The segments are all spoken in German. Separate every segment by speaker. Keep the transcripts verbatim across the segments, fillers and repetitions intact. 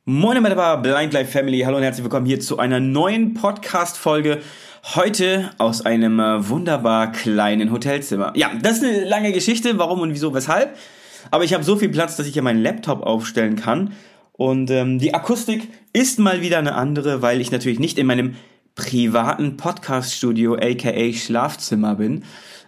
Speaker 1: Moin meine Blind Life Family, hallo und herzlich willkommen hier zu einer neuen Podcast-Folge. Heute aus einem äh, wunderbar kleinen Hotelzimmer. Ja, das ist eine lange Geschichte, warum und wieso, weshalb. Aber ich habe so viel Platz, dass ich hier meinen Laptop aufstellen kann. Und ähm, die Akustik ist mal wieder eine andere, weil ich natürlich nicht in meinem privaten Podcast-Studio, aka Schlafzimmer bin.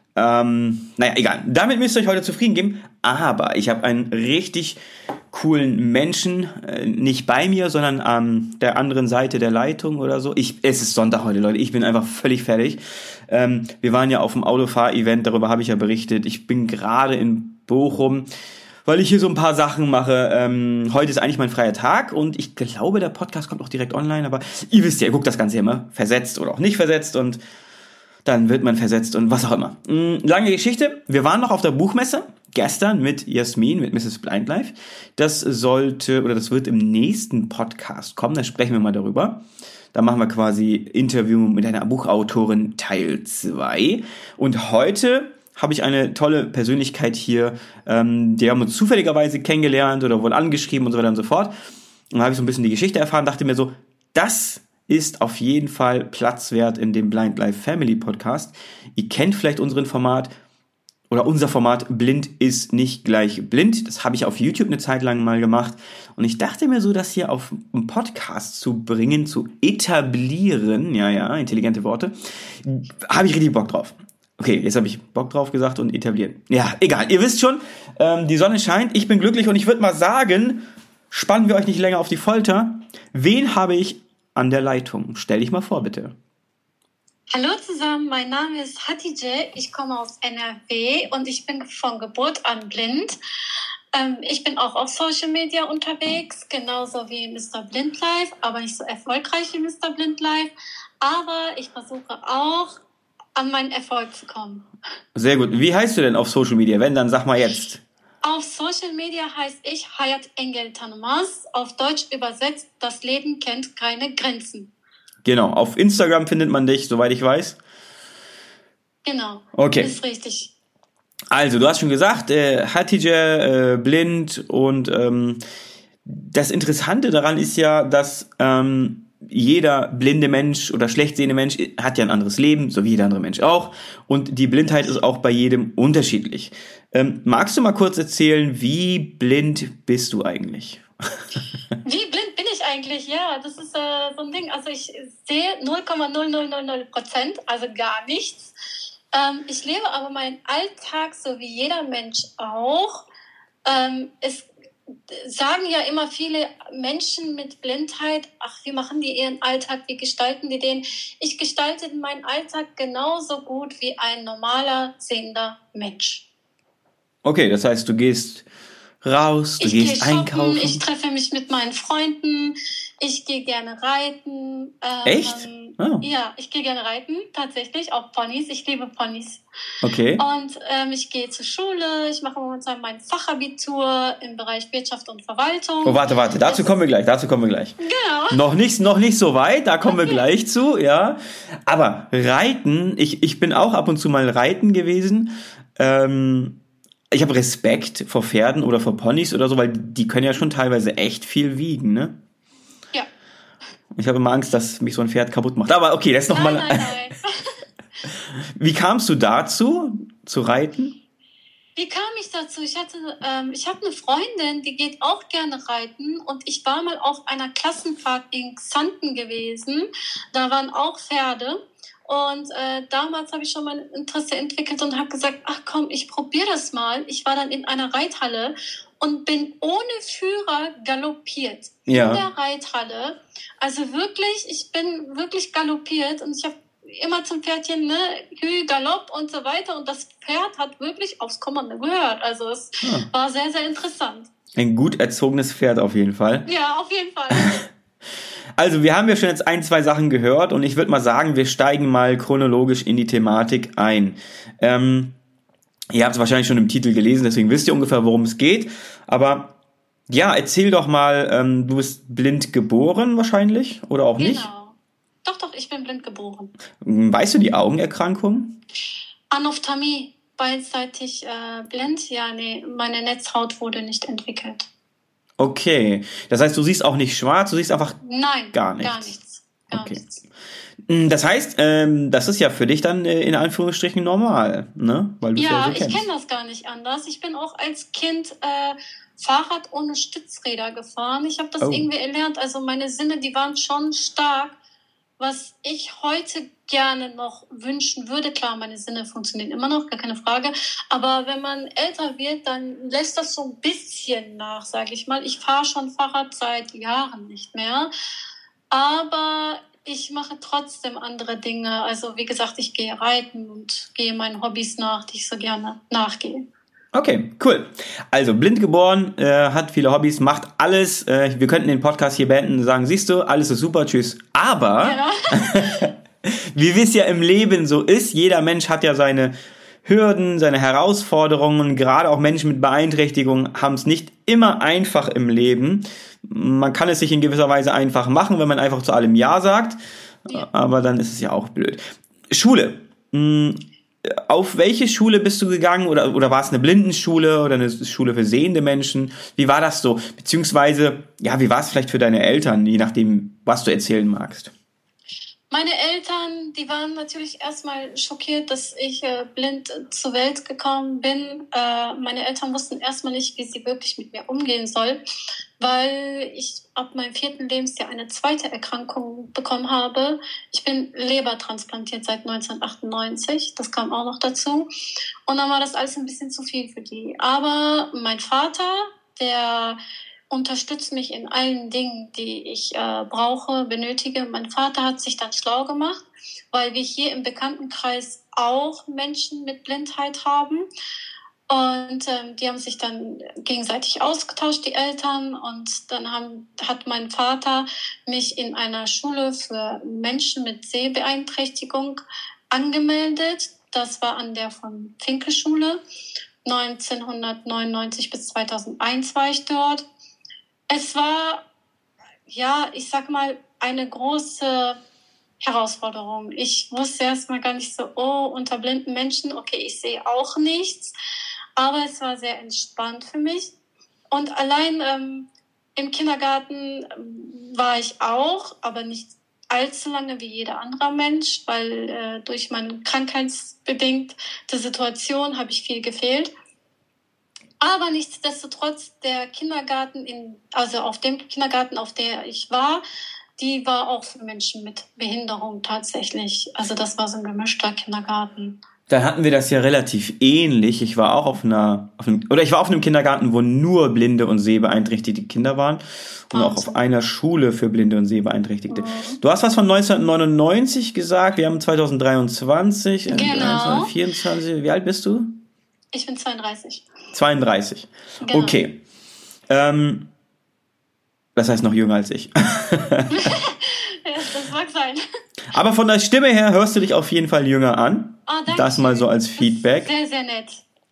Speaker 1: Ähm, naja, egal. Damit müsst ihr euch heute zufrieden geben. Aber ich habe einen richtig coolen Menschen, äh, nicht bei mir, sondern an der anderen Seite der Leitung oder so. Ich, es ist Sonntag heute, Leute. Ich bin einfach völlig fertig. Ähm, wir waren ja auf dem Autofahr-Event, darüber habe ich ja berichtet. Ich bin gerade in Bochum, weil ich hier so ein paar Sachen mache. Ähm, heute ist eigentlich mein freier Tag und ich glaube, der Podcast kommt auch direkt online, aber ihr wisst ja, ihr guckt das Ganze immer versetzt oder auch nicht versetzt und dann wird man versetzt und was auch immer. Lange Geschichte. Wir waren noch auf der Buchmesse gestern mit Jasmin, mit Misses Blind Life. Das sollte oder das wird im nächsten Podcast kommen. Da sprechen wir mal darüber. Da machen wir quasi Interview mit einer Buchautorin Teil zwei. Und heute habe ich eine tolle Persönlichkeit hier. Ähm, die haben uns zufälligerweise kennengelernt oder wurden angeschrieben und so weiter und so fort. Und da habe ich so ein bisschen die Geschichte erfahren, dachte mir so, das ist auf jeden Fall Platz wert in dem Blind Life Family Podcast. Ihr kennt vielleicht unseren Format oder unser Format Blind ist nicht gleich blind. Das habe ich auf YouTube eine Zeit lang mal gemacht. Und ich dachte mir so, das hier auf einen Podcast zu bringen, zu etablieren, ja, ja, intelligente Worte, habe ich richtig Bock drauf. Okay, jetzt habe ich Bock drauf gesagt und etablieren. Ja, egal, ihr wisst schon, ähm, die Sonne scheint, ich bin glücklich und ich würde mal sagen, spannen wir euch nicht länger auf die Folter. Wen habe ich an der Leitung? Stell dich mal vor, bitte.
Speaker 2: Hallo zusammen, mein Name ist Hatice, ich komme aus N R W und ich bin von Geburt an blind. Ähm, ich bin auch auf Social Media unterwegs, genauso wie Mister Blind Life, aber nicht so erfolgreich wie Mister Blind Life. Aber ich versuche auch, an meinen Erfolg zu kommen.
Speaker 1: Sehr gut. Wie heißt du denn auf Social Media? Wenn, dann sag mal jetzt.
Speaker 2: Auf Social Media heißt ich Hayat Engel Tanımaz. Auf Deutsch übersetzt, das Leben kennt keine Grenzen.
Speaker 1: Genau, auf Instagram findet man dich, soweit ich weiß.
Speaker 2: Genau,
Speaker 1: okay.
Speaker 2: Ist richtig.
Speaker 1: Also, du hast schon gesagt, äh, Hatice, äh, blind und ähm, das Interessante daran ist ja, dass ähm, jeder blinde Mensch oder schlecht sehende Mensch hat ja ein anderes Leben, so wie jeder andere Mensch auch. Und die Blindheit ist auch bei jedem unterschiedlich. Ähm, magst du mal kurz erzählen, wie blind bist du eigentlich?
Speaker 2: Wie blind bin ich eigentlich? Ja, das ist äh, so ein Ding. Also ich sehe null Komma null null null null Prozent, also gar nichts. Ähm, ich lebe aber meinen Alltag so wie jeder Mensch auch. Ähm, es sagen ja immer viele Menschen mit Blindheit, ach, wie machen die ihren Alltag, wie gestalten die den? Ich gestalte meinen Alltag genauso gut wie ein normaler sehender Mensch.
Speaker 1: Okay, das heißt, du gehst raus, du
Speaker 2: ich
Speaker 1: gehst
Speaker 2: gehe shoppen,
Speaker 1: einkaufen.
Speaker 2: Ich treffe mich mit meinen Freunden, ich gehe gerne reiten. Ähm,
Speaker 1: Echt? Oh.
Speaker 2: Ja, ich gehe gerne reiten, tatsächlich, auch Ponys, ich liebe Ponys.
Speaker 1: Okay.
Speaker 2: Und ähm, ich gehe zur Schule, ich mache momentan mein Fachabitur im Bereich Wirtschaft und Verwaltung.
Speaker 1: Oh, warte, warte, dazu das kommen wir gleich, dazu kommen wir gleich.
Speaker 2: Genau.
Speaker 1: Noch nicht, noch nicht so weit, da kommen okay. wir gleich zu, ja. Aber Reiten, ich, ich bin auch ab und zu mal reiten gewesen, ähm, ich habe Respekt vor Pferden oder vor Ponys oder so, weil die können ja schon teilweise echt viel wiegen, ne?
Speaker 2: Ja.
Speaker 1: Ich habe immer Angst, dass mich so ein Pferd kaputt macht. Aber okay, das ist nochmal.
Speaker 2: Nein, mal nein, nein.
Speaker 1: Wie kamst du dazu, zu reiten?
Speaker 2: Wie kam ich dazu? Ich hatte, ähm, ich habe eine Freundin, die geht auch gerne reiten und ich war mal auf einer Klassenfahrt in Xanten gewesen. Da waren auch Pferde. Und äh, damals habe ich schon mein Interesse entwickelt und habe gesagt, ach komm, ich probiere das mal. Ich war dann in einer Reithalle und bin ohne Führer galoppiert.
Speaker 1: Ja.
Speaker 2: In der Reithalle. Also wirklich, ich bin wirklich galoppiert und ich habe immer zum Pferdchen, ne, Hü, Galopp und so weiter. Und das Pferd hat wirklich aufs Kommando gehört. Also es ja. war sehr, sehr interessant.
Speaker 1: Ein gut erzogenes Pferd auf jeden Fall.
Speaker 2: Ja, auf jeden Fall.
Speaker 1: Also, wir haben ja schon jetzt ein, zwei Sachen gehört und ich würde mal sagen, wir steigen mal chronologisch in die Thematik ein. Ähm, ihr habt es wahrscheinlich schon im Titel gelesen, deswegen wisst ihr ungefähr, worum es geht. Aber ja, erzähl doch mal, ähm, du bist blind geboren wahrscheinlich oder auch nicht?
Speaker 2: Genau. Doch, doch, ich bin blind geboren.
Speaker 1: Weißt du die Augenerkrankung?
Speaker 2: Anophthalmie, beidseitig äh, blind. Ja, nee, meine Netzhaut wurde nicht entwickelt.
Speaker 1: Okay. Das heißt, du siehst auch nicht schwarz, du siehst einfach
Speaker 2: Nein,
Speaker 1: gar nichts.
Speaker 2: Gar nichts. Gar
Speaker 1: okay.
Speaker 2: nichts.
Speaker 1: Das heißt, ähm, das ist ja für dich dann äh, in Anführungsstrichen normal, ne? Weil du
Speaker 2: ja,
Speaker 1: ja so
Speaker 2: ich kenne das gar nicht anders. Ich bin auch als Kind äh, Fahrrad ohne Stützräder gefahren. Ich habe das
Speaker 1: Oh.
Speaker 2: irgendwie erlernt. Also meine Sinne, die waren schon stark. Was ich heute gerne noch wünschen würde, klar, meine Sinne funktionieren immer noch, gar keine Frage. Aber wenn man älter wird, dann lässt das so ein bisschen nach, sage ich mal. Ich fahre schon Fahrrad seit Jahren nicht mehr. Aber ich mache trotzdem andere Dinge. Also wie gesagt, ich gehe reiten und gehe meinen Hobbys nach, die ich so gerne nachgehe.
Speaker 1: Okay, cool. Also blind geboren, äh, hat viele Hobbys, macht alles. Äh, wir könnten den Podcast hier beenden und sagen, siehst du, alles ist super, tschüss. Aber
Speaker 2: Ja.
Speaker 1: wie es ja im Leben so ist, jeder Mensch hat ja seine Hürden, seine Herausforderungen. Gerade auch Menschen mit Beeinträchtigungen haben es nicht immer einfach im Leben. Man kann es sich in gewisser Weise einfach machen, wenn man einfach zu allem Ja sagt.
Speaker 2: Ja.
Speaker 1: Aber dann ist es ja auch blöd. Schule. Hm, auf welche Schule bist du gegangen? Oder, oder war es eine Blindenschule oder eine Schule für sehende Menschen? Wie war das so? Beziehungsweise, ja, wie war es vielleicht für deine Eltern, je nachdem, was du erzählen magst?
Speaker 2: Meine Eltern, die waren natürlich erstmal schockiert, dass ich äh, blind zur Welt gekommen bin. Äh, meine Eltern wussten erstmal nicht, wie sie wirklich mit mir umgehen soll, weil ich ab meinem vierten Lebensjahr eine zweite Erkrankung bekommen habe. Ich bin lebertransplantiert seit neunzehnhundertachtundneunzig, das kam auch noch dazu. Und dann war das alles ein bisschen zu viel für die. Aber mein Vater, der unterstützt mich in allen Dingen, die ich äh, brauche, benötige. Mein Vater hat sich dann schlau gemacht, weil wir hier im Bekanntenkreis auch Menschen mit Blindheit haben. Und ähm, die haben sich dann gegenseitig ausgetauscht, die Eltern. Und dann haben, hat mein Vater mich in einer Schule für Menschen mit Sehbeeinträchtigung angemeldet. Das war an der von Finke Schule. neunzehnhundertneunundneunzig bis zweitausendeins war ich dort. Es war, ja, ich sag mal, eine große Herausforderung. Ich wusste erst mal gar nicht so, oh, unter blinden Menschen, okay, ich sehe auch nichts. Aber es war sehr entspannt für mich. Und allein ähm, im Kindergarten ähm, war ich auch, aber nicht allzu lange wie jeder andere Mensch, weil äh, durch meine krankheitsbedingte Situation habe ich viel gefehlt. Aber nichtsdestotrotz, der Kindergarten, in, also auf dem Kindergarten, auf der ich war, die war auch für Menschen mit Behinderung tatsächlich. Also das war so ein gemischter Kindergarten.
Speaker 1: Dann hatten wir das ja relativ ähnlich. Ich war auch auf einer, auf einem, oder ich war auf einem Kindergarten, wo nur blinde und sehbeeinträchtigte Kinder waren. Und
Speaker 2: Wahnsinn.
Speaker 1: auch auf einer Schule für blinde und sehbeeinträchtigte.
Speaker 2: Mhm.
Speaker 1: Du hast was von neunzehnhundertneunundneunzig gesagt. Wir haben zweitausenddreiundzwanzig.
Speaker 2: Genau.
Speaker 1: neunzehnhundertvierundzwanzig. Wie alt bist du?
Speaker 2: Ich bin zweiunddreißig.
Speaker 1: zweiunddreißig.
Speaker 2: Genau.
Speaker 1: Okay. Ähm, das heißt noch jünger als ich.
Speaker 2: Ja, das mag sein.
Speaker 1: Aber von der Stimme her hörst du dich auf jeden Fall jünger an.
Speaker 2: Ah, danke.
Speaker 1: Das mal so als Feedback.
Speaker 2: Sehr, sehr nett.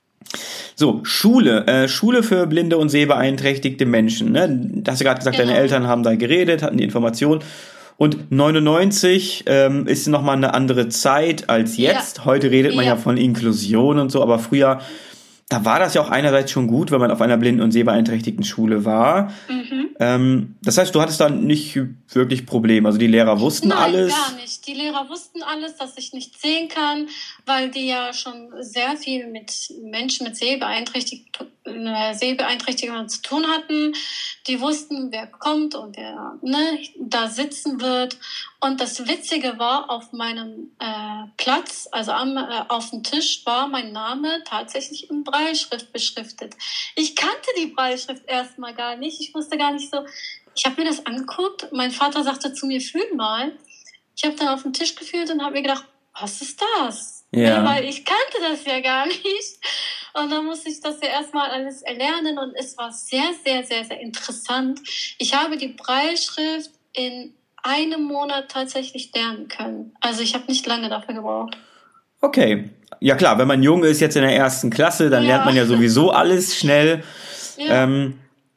Speaker 1: So, Schule. Äh, Schule für blinde und sehbeeinträchtigte Menschen. Ne? Da hast du gerade gesagt,
Speaker 2: Genau.
Speaker 1: deine Eltern haben da geredet, hatten die Information. Und neunundneunzig ähm, ist nochmal eine andere Zeit als jetzt.
Speaker 2: Ja.
Speaker 1: Heute redet man ja.
Speaker 2: Ja.
Speaker 1: von Inklusion und so, aber früher, da war das ja auch einerseits schon gut, wenn man auf einer blinden und sehbeeinträchtigten Schule war.
Speaker 2: Mhm.
Speaker 1: Ähm, das heißt, du hattest da nicht wirklich Probleme. Also die Lehrer wussten
Speaker 2: Nein,
Speaker 1: alles.
Speaker 2: gar nicht. Die Lehrer wussten alles, dass ich nicht sehen kann, weil die ja schon sehr viel mit Menschen mit Sehbeeinträchtig- äh, Sehbeeinträchtigungen zu tun hatten. Die wussten, wer kommt und wer ne, da sitzen wird. Und das Witzige war, auf meinem äh, Platz, also am, äh, auf dem Tisch, war mein Name tatsächlich in Brailleschrift beschriftet. Ich kannte die Brailleschrift erstmal gar nicht. Ich wusste gar nicht so. Ich habe mir das angeguckt. Mein Vater sagte zu mir, fühl mal. Ich habe dann auf den Tisch gefühlt und habe mir gedacht, was ist das?
Speaker 1: Ja.
Speaker 2: Weil ich kannte das ja gar nicht. Und dann musste ich das ja erstmal alles erlernen und es war sehr, sehr, sehr, sehr interessant. Ich habe die Brailleschrift in einem Monat tatsächlich lernen können. Also ich habe nicht lange dafür gebraucht.
Speaker 1: Okay. Ja klar, wenn man jung ist, jetzt in der ersten Klasse, dann
Speaker 2: Ja.
Speaker 1: lernt man ja sowieso alles schnell.
Speaker 2: Ja.
Speaker 1: Ähm,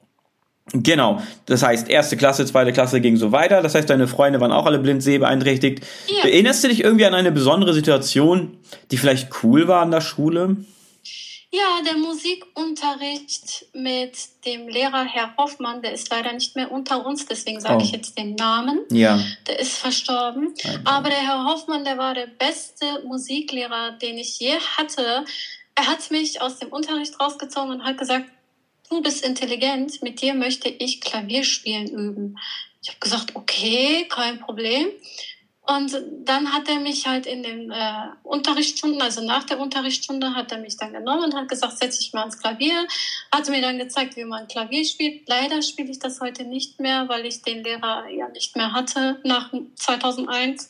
Speaker 1: genau. Das heißt, erste Klasse, zweite Klasse ging so weiter. Das heißt, deine Freunde waren auch alle blind sehbeeinträchtigt.
Speaker 2: Ja.
Speaker 1: Erinnerst du dich irgendwie an eine besondere Situation, die vielleicht cool war an der Schule?
Speaker 2: Ja, der Musikunterricht mit dem Lehrer Herr Hoffmann, der ist leider nicht mehr unter uns, deswegen sage
Speaker 1: Oh.
Speaker 2: ich jetzt den Namen.
Speaker 1: Ja.
Speaker 2: Der ist verstorben.
Speaker 1: Also.
Speaker 2: Aber der Herr Hoffmann, der war der beste Musiklehrer, den ich je hatte. Er hat mich aus dem Unterricht rausgezogen und hat gesagt, du bist intelligent, mit dir möchte ich Klavierspielen üben. Ich habe gesagt, okay, kein Problem. Und dann hat er mich halt in den äh, Unterrichtsstunden, also nach der Unterrichtsstunde, hat er mich dann genommen und hat gesagt, setz dich mal ans Klavier. Hat mir dann gezeigt, wie man Klavier spielt. Leider spiele ich das heute nicht mehr, weil ich den Lehrer ja nicht mehr hatte nach zweitausendeins.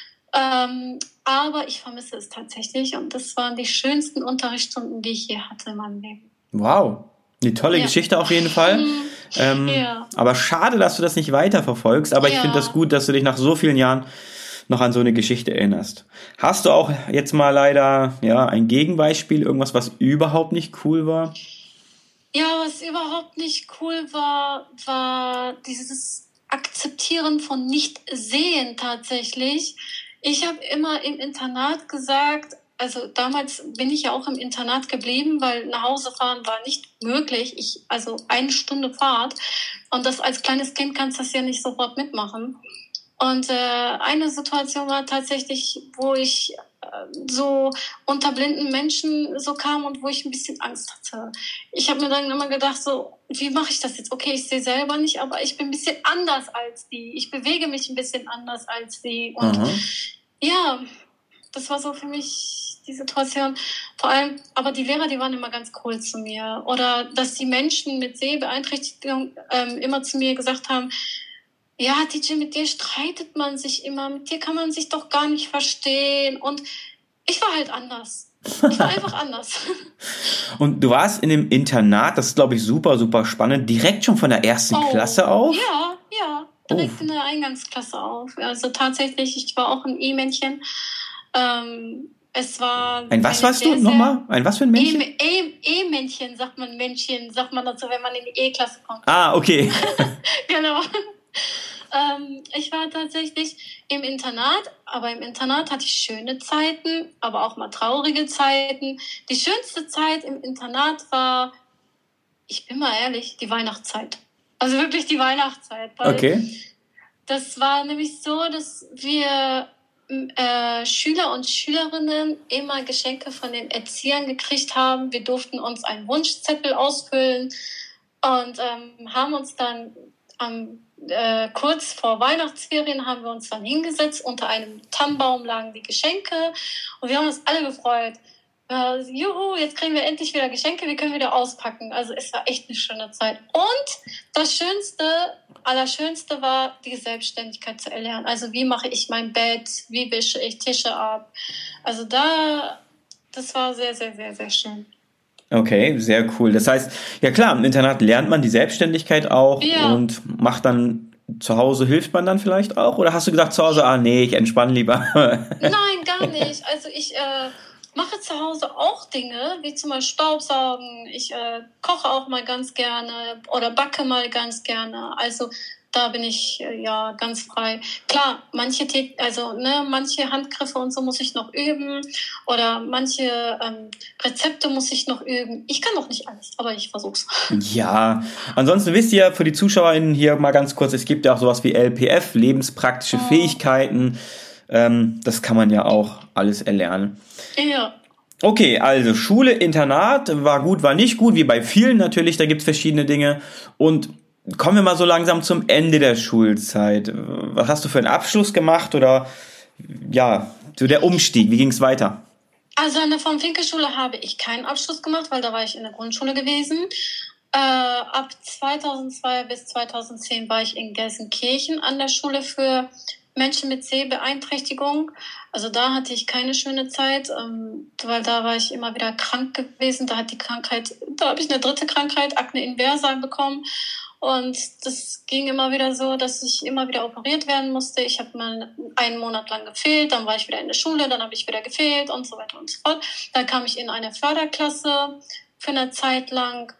Speaker 2: Ähm, aber ich vermisse es tatsächlich und das waren die schönsten Unterrichtsstunden, die ich je hatte in meinem Leben.
Speaker 1: Wow, eine tolle ja. Geschichte auf jeden Fall. ähm, ja. Aber schade, dass du das nicht weiterverfolgst. Aber ja. ich finde das gut, dass du dich nach so vielen Jahren noch an so eine Geschichte erinnerst. Hast du auch jetzt mal leider ja ein Gegenbeispiel, irgendwas, was überhaupt nicht cool war?
Speaker 2: Ja, was überhaupt nicht cool war, war dieses Akzeptieren von Nicht-Sehen tatsächlich. Ich habe immer im Internat gesagt, also damals bin ich ja auch im Internat geblieben, weil nach Hause fahren war nicht möglich. Ich, also eine Stunde Fahrt. Und das als kleines Kind kannst du das ja nicht sofort mitmachen. Und äh, eine Situation war tatsächlich, wo ich äh, so unter blinden Menschen so kam und wo ich ein bisschen Angst hatte. Ich habe mir dann immer gedacht, so, wie mache ich das jetzt? Okay, ich sehe selber nicht, aber ich bin ein bisschen anders als die. Ich bewege mich ein bisschen anders als die. Und Aha. ja, das war so für mich die Situation. Vor allem, aber die Lehrer, die waren immer ganz cool zu mir. Oder dass die Menschen mit Sehbeeinträchtigung ähm, immer zu mir gesagt haben, ja, D J, mit dir streitet man sich immer, mit dir kann man sich doch gar nicht verstehen. Und ich war halt anders. Ich war einfach anders.
Speaker 1: Und du warst in dem Internat, das ist, glaube ich, super, super spannend, direkt schon von der ersten
Speaker 2: oh,
Speaker 1: Klasse auf?
Speaker 2: Ja, ja, direkt oh. in der Eingangsklasse auf. Also tatsächlich, ich war auch ein E-Männchen. Ähm, es war...
Speaker 1: Ein was warst du nochmal? Ein was für ein Männchen?
Speaker 2: E-Männchen, sagt man Männchen, sagt man dazu, wenn man in die E-Klasse kommt.
Speaker 1: Ah, okay.
Speaker 2: Genau. Ähm, ich war tatsächlich im Internat, aber im Internat hatte ich schöne Zeiten, aber auch mal traurige Zeiten. Die schönste Zeit im Internat war, ich bin mal ehrlich, die Weihnachtszeit. Also wirklich die Weihnachtszeit. Weil
Speaker 1: okay.
Speaker 2: Das war nämlich so, dass wir äh, Schüler und Schülerinnen immer Geschenke von den Erziehern gekriegt haben. Wir durften uns einen Wunschzettel ausfüllen und ähm, haben uns dann am Äh, kurz vor Weihnachtsferien haben wir uns dann hingesetzt, unter einem Tannenbaum lagen die Geschenke und wir haben uns alle gefreut. Äh, juhu, jetzt kriegen wir endlich wieder Geschenke, wir können wieder auspacken. Also es war echt eine schöne Zeit. Und das Schönste, Allerschönste war, die Selbstständigkeit zu erlernen. Also wie mache ich mein Bett, wie wische ich Tische ab. Also da, das war sehr, sehr, sehr, sehr schön.
Speaker 1: Okay, sehr cool. Das heißt, ja klar, im Internat lernt man die Selbstständigkeit auch ja. und macht dann zu Hause, hilft man dann vielleicht auch? Oder hast du gesagt zu Hause, ah nee, ich entspanne lieber?
Speaker 2: Nein, gar nicht. Also ich äh, mache zu Hause auch Dinge, wie zum Beispiel Staubsaugen. Ich äh, koche auch mal ganz gerne oder backe mal ganz gerne. Also da bin ich äh, ja ganz frei. Klar, manche also ne, manche Handgriffe und so muss ich noch üben oder manche ähm, Rezepte muss ich noch üben. Ich kann noch nicht alles, aber ich versuch's.
Speaker 1: Ja, ansonsten wisst ihr für die ZuschauerInnen hier mal ganz kurz, es gibt ja auch sowas wie L P F, lebenspraktische oh. Fähigkeiten. Ähm, das kann man ja auch alles erlernen.
Speaker 2: Ja.
Speaker 1: Okay, also Schule, Internat, war gut, war nicht gut, wie bei vielen natürlich, da gibt's verschiedene Dinge. Und kommen wir mal so langsam zum Ende der Schulzeit. Was hast du für einen Abschluss gemacht oder ja, so der Umstieg, wie ging es weiter?
Speaker 2: Also an der Vom-Finke-Schule habe ich keinen Abschluss gemacht, weil da war ich in der Grundschule gewesen. Äh, ab zweitausendzwei bis zweitausendzehn war ich in Gelsenkirchen an der Schule für Menschen mit Sehbeeinträchtigung. Also da hatte ich keine schöne Zeit, ähm, weil da war ich immer wieder krank gewesen. Da hat die Krankheit, da habe ich eine dritte Krankheit, Akne inversa, bekommen. Und das ging immer wieder so, dass ich immer wieder operiert werden musste. Ich habe mal einen Monat lang gefehlt, dann war ich wieder in der Schule, dann habe ich wieder gefehlt und so weiter und so fort. Dann kam ich in eine Förderklasse für eine Zeit lang.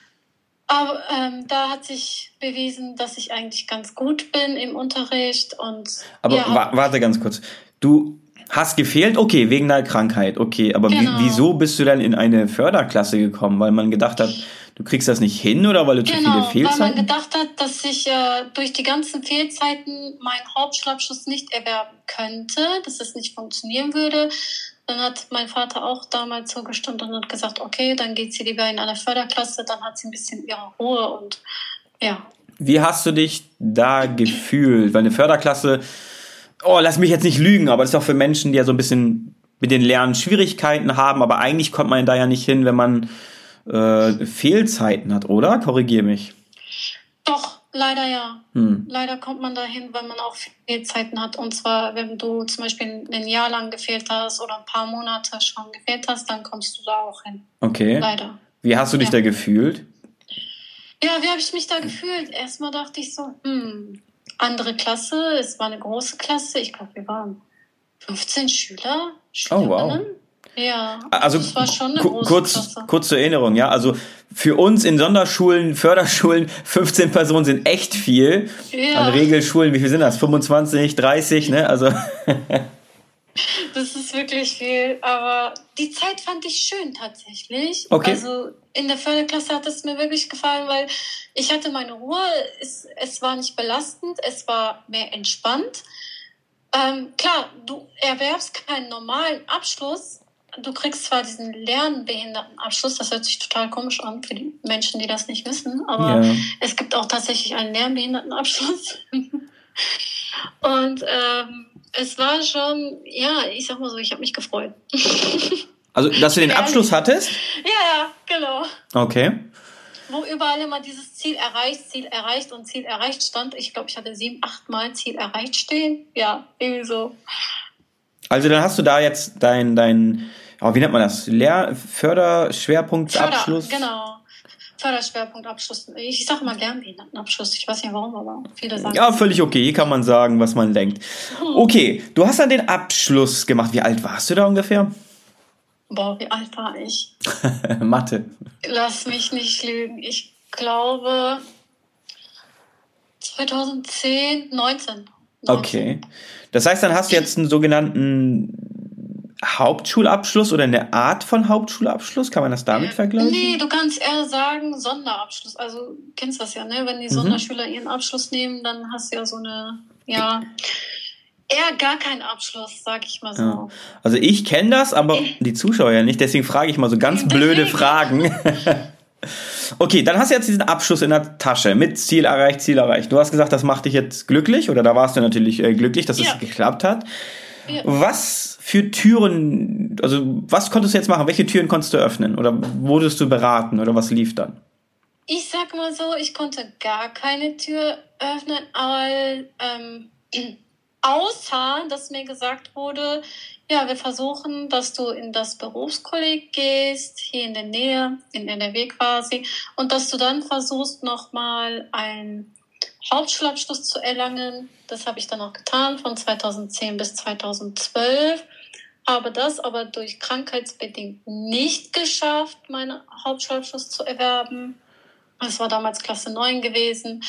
Speaker 2: Aber ähm, da hat sich bewiesen, dass ich eigentlich ganz gut bin im Unterricht. Und
Speaker 1: Aber
Speaker 2: ja,
Speaker 1: wa- warte ganz kurz. Du Hast gefehlt? Okay, wegen einer Krankheit. Okay, aber
Speaker 2: Genau.
Speaker 1: wie, wieso bist du dann in eine Förderklasse gekommen? Weil man gedacht hat, du kriegst das nicht hin oder weil du
Speaker 2: Genau,
Speaker 1: zu viele Fehlzeiten?
Speaker 2: weil man gedacht hat, dass ich äh, durch die ganzen Fehlzeiten meinen Hauptschulabschluss nicht erwerben könnte, dass es nicht funktionieren würde. Dann hat mein Vater auch damals zugestimmt und hat gesagt, okay, dann geht sie lieber in eine Förderklasse, dann hat sie ein bisschen ihre Ruhe und ja.
Speaker 1: Wie hast du dich da gefühlt? Weil eine Förderklasse, oh, lass mich jetzt nicht lügen, aber das ist auch für Menschen, die ja so ein bisschen mit den Lernen Schwierigkeiten haben, aber eigentlich kommt man da ja nicht hin, wenn man äh, Fehlzeiten hat, oder? Korrigier mich.
Speaker 2: Doch, leider ja.
Speaker 1: Hm.
Speaker 2: Leider kommt man dahin, wenn man auch Fehlzeiten hat. Und zwar, wenn du zum Beispiel ein Jahr lang gefehlt hast oder ein paar Monate schon gefehlt hast, dann kommst du da auch hin.
Speaker 1: Okay.
Speaker 2: Leider.
Speaker 1: Wie hast du dich
Speaker 2: Ja.
Speaker 1: da gefühlt?
Speaker 2: Ja, wie habe ich mich da gefühlt? Erstmal dachte ich so, hm, andere Klasse, es war eine große Klasse. Ich glaube, wir waren fünfzehn Schüler,
Speaker 1: Oh, wow.
Speaker 2: Schülerinnen. Ja,
Speaker 1: Also
Speaker 2: es war schon eine
Speaker 1: ku-
Speaker 2: große
Speaker 1: kurz,
Speaker 2: Klasse.
Speaker 1: kurz zur Erinnerung, ja, also für uns in Sonderschulen, Förderschulen, fünfzehn Personen sind echt viel.
Speaker 2: Ja.
Speaker 1: An Regelschulen, wie viel sind das? fünfundzwanzig, dreißig, ne? Also
Speaker 2: Das ist wirklich viel, aber die Zeit fand ich schön tatsächlich.
Speaker 1: Okay.
Speaker 2: Also in der Förderklasse hat es mir wirklich gefallen, weil ich hatte meine Ruhe, es, es war nicht belastend, es war mehr entspannt. Ähm, klar, du erwerbst keinen normalen Abschluss, du kriegst zwar diesen Lernbehindertenabschluss, das hört sich total komisch an für die Menschen, die das nicht wissen, aber
Speaker 1: Ja.
Speaker 2: es gibt auch tatsächlich einen Lernbehindertenabschluss. Und ähm, es war schon, ja, ich sag mal so, ich habe mich gefreut.
Speaker 1: Also, dass du den Abschluss hattest?
Speaker 2: Ja, ja, genau.
Speaker 1: Okay.
Speaker 2: Wo überall immer dieses Ziel erreicht, Ziel erreicht und Ziel erreicht stand. Ich glaube, ich hatte sieben, acht Mal Ziel erreicht stehen. Ja, irgendwie so.
Speaker 1: Also, dann hast du da jetzt dein, dein, oh, wie nennt man das? Lehr-, Förderschwerpunktabschluss?
Speaker 2: Förder, genau. Förderschwerpunktabschluss. Ich sage mal Lernbehindertenabschluss. Ich weiß nicht warum, aber viele sagen.
Speaker 1: Ja, völlig okay. Hier kann man sagen, was man denkt. Okay, du hast dann den Abschluss gemacht. Wie alt warst du da ungefähr?
Speaker 2: Boah, wie alt war ich?
Speaker 1: Mathe.
Speaker 2: Lass mich nicht lügen. Ich glaube zweitausendzehn, neunzehn.
Speaker 1: Okay. Das heißt, dann hast du jetzt einen sogenannten Hauptschulabschluss oder eine Art von Hauptschulabschluss? Kann man das damit vergleichen?
Speaker 2: Nee, du kannst eher sagen Sonderabschluss. Also, du kennst das ja, ne? Wenn die Sonderschüler ihren Abschluss nehmen, dann hast du ja so eine, ja, eher gar keinen Abschluss, sag ich mal so.
Speaker 1: Ja. Also ich kenne das, aber die Zuschauer ja nicht. Deswegen frage ich mal so ganz blöde
Speaker 2: Deswegen.
Speaker 1: Fragen. Okay, dann hast du jetzt diesen Abschluss in der Tasche mit Ziel erreicht, Ziel erreicht. Du hast gesagt, das macht dich jetzt glücklich oder da warst du natürlich äh, glücklich, dass es
Speaker 2: Ja.
Speaker 1: geklappt hat.
Speaker 2: Ja.
Speaker 1: Was für Türen, also was konntest du jetzt machen? Welche Türen konntest du öffnen oder wurdest du beraten oder was lief dann?
Speaker 2: Ich sag mal so, ich konnte gar keine Tür öffnen, weil, ähm, außer, dass mir gesagt wurde, ja, wir versuchen, dass du in das Berufskolleg gehst, hier in der Nähe, in N R W quasi, und dass du dann versuchst, nochmal einen Hauptschulabschluss zu erlangen. Das habe ich dann auch getan, von zweitausendzehn bis zweitausendzwölf. Habe das aber durch krankheitsbedingt nicht geschafft, meinen Hauptschulabschluss zu erwerben. Es war damals Klasse neun gewesen.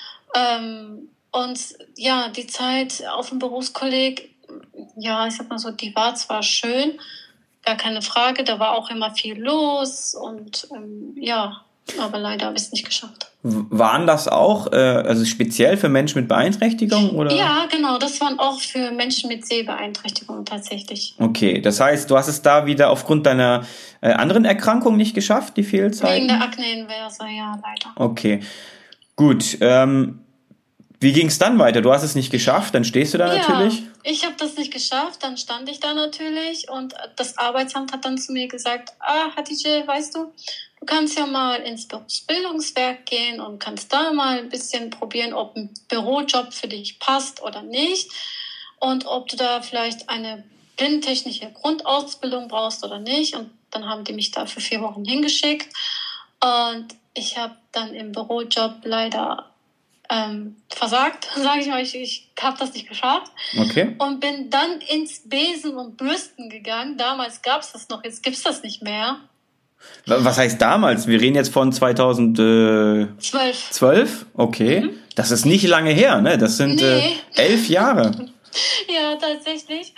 Speaker 2: Ähm, und ja, die Zeit auf dem Berufskolleg, ja, ich sag mal so, die war zwar schön, gar keine Frage, da war auch immer viel los und ähm, ja, aber leider habe ich es nicht geschafft.
Speaker 1: W- Waren das auch, äh, also speziell für Menschen mit Beeinträchtigung oder?
Speaker 2: Ja, genau, das waren auch für Menschen mit Sehbeeinträchtigung tatsächlich.
Speaker 1: Okay, das heißt, du hast es da wieder aufgrund deiner äh, anderen Erkrankung nicht geschafft, die Fehlzeiten?
Speaker 2: Wegen der Akne inversa, ja, leider.
Speaker 1: Okay, gut. Ähm, wie ging es dann weiter? Du hast es nicht geschafft, dann stehst du da natürlich.
Speaker 2: Ja, ich habe das nicht geschafft, dann stand ich da natürlich und das Arbeitsamt hat dann zu mir gesagt, ah, Hatice, weißt du, du kannst ja mal ins Berufsbildungswerk gehen und kannst da mal ein bisschen probieren, ob ein Bürojob für dich passt oder nicht und ob du da vielleicht eine blindentechnische Grundausbildung brauchst oder nicht. Und dann haben die mich da für vier Wochen hingeschickt und ich habe dann im Bürojob leider ähm, versagt, sage ich mal, ich, ich habe das nicht geschafft.
Speaker 1: Okay.
Speaker 2: Und bin dann ins Besen und Bürsten gegangen. Damals gab es das noch, jetzt gibt es das nicht mehr.
Speaker 1: Was heißt damals? Wir reden jetzt von zweitausendzwölf.
Speaker 2: Zwölf.
Speaker 1: Okay.
Speaker 2: Mhm.
Speaker 1: Das ist nicht lange her, ne? Das sind
Speaker 2: Nee.
Speaker 1: äh, elf Jahre.
Speaker 2: Ja, tatsächlich.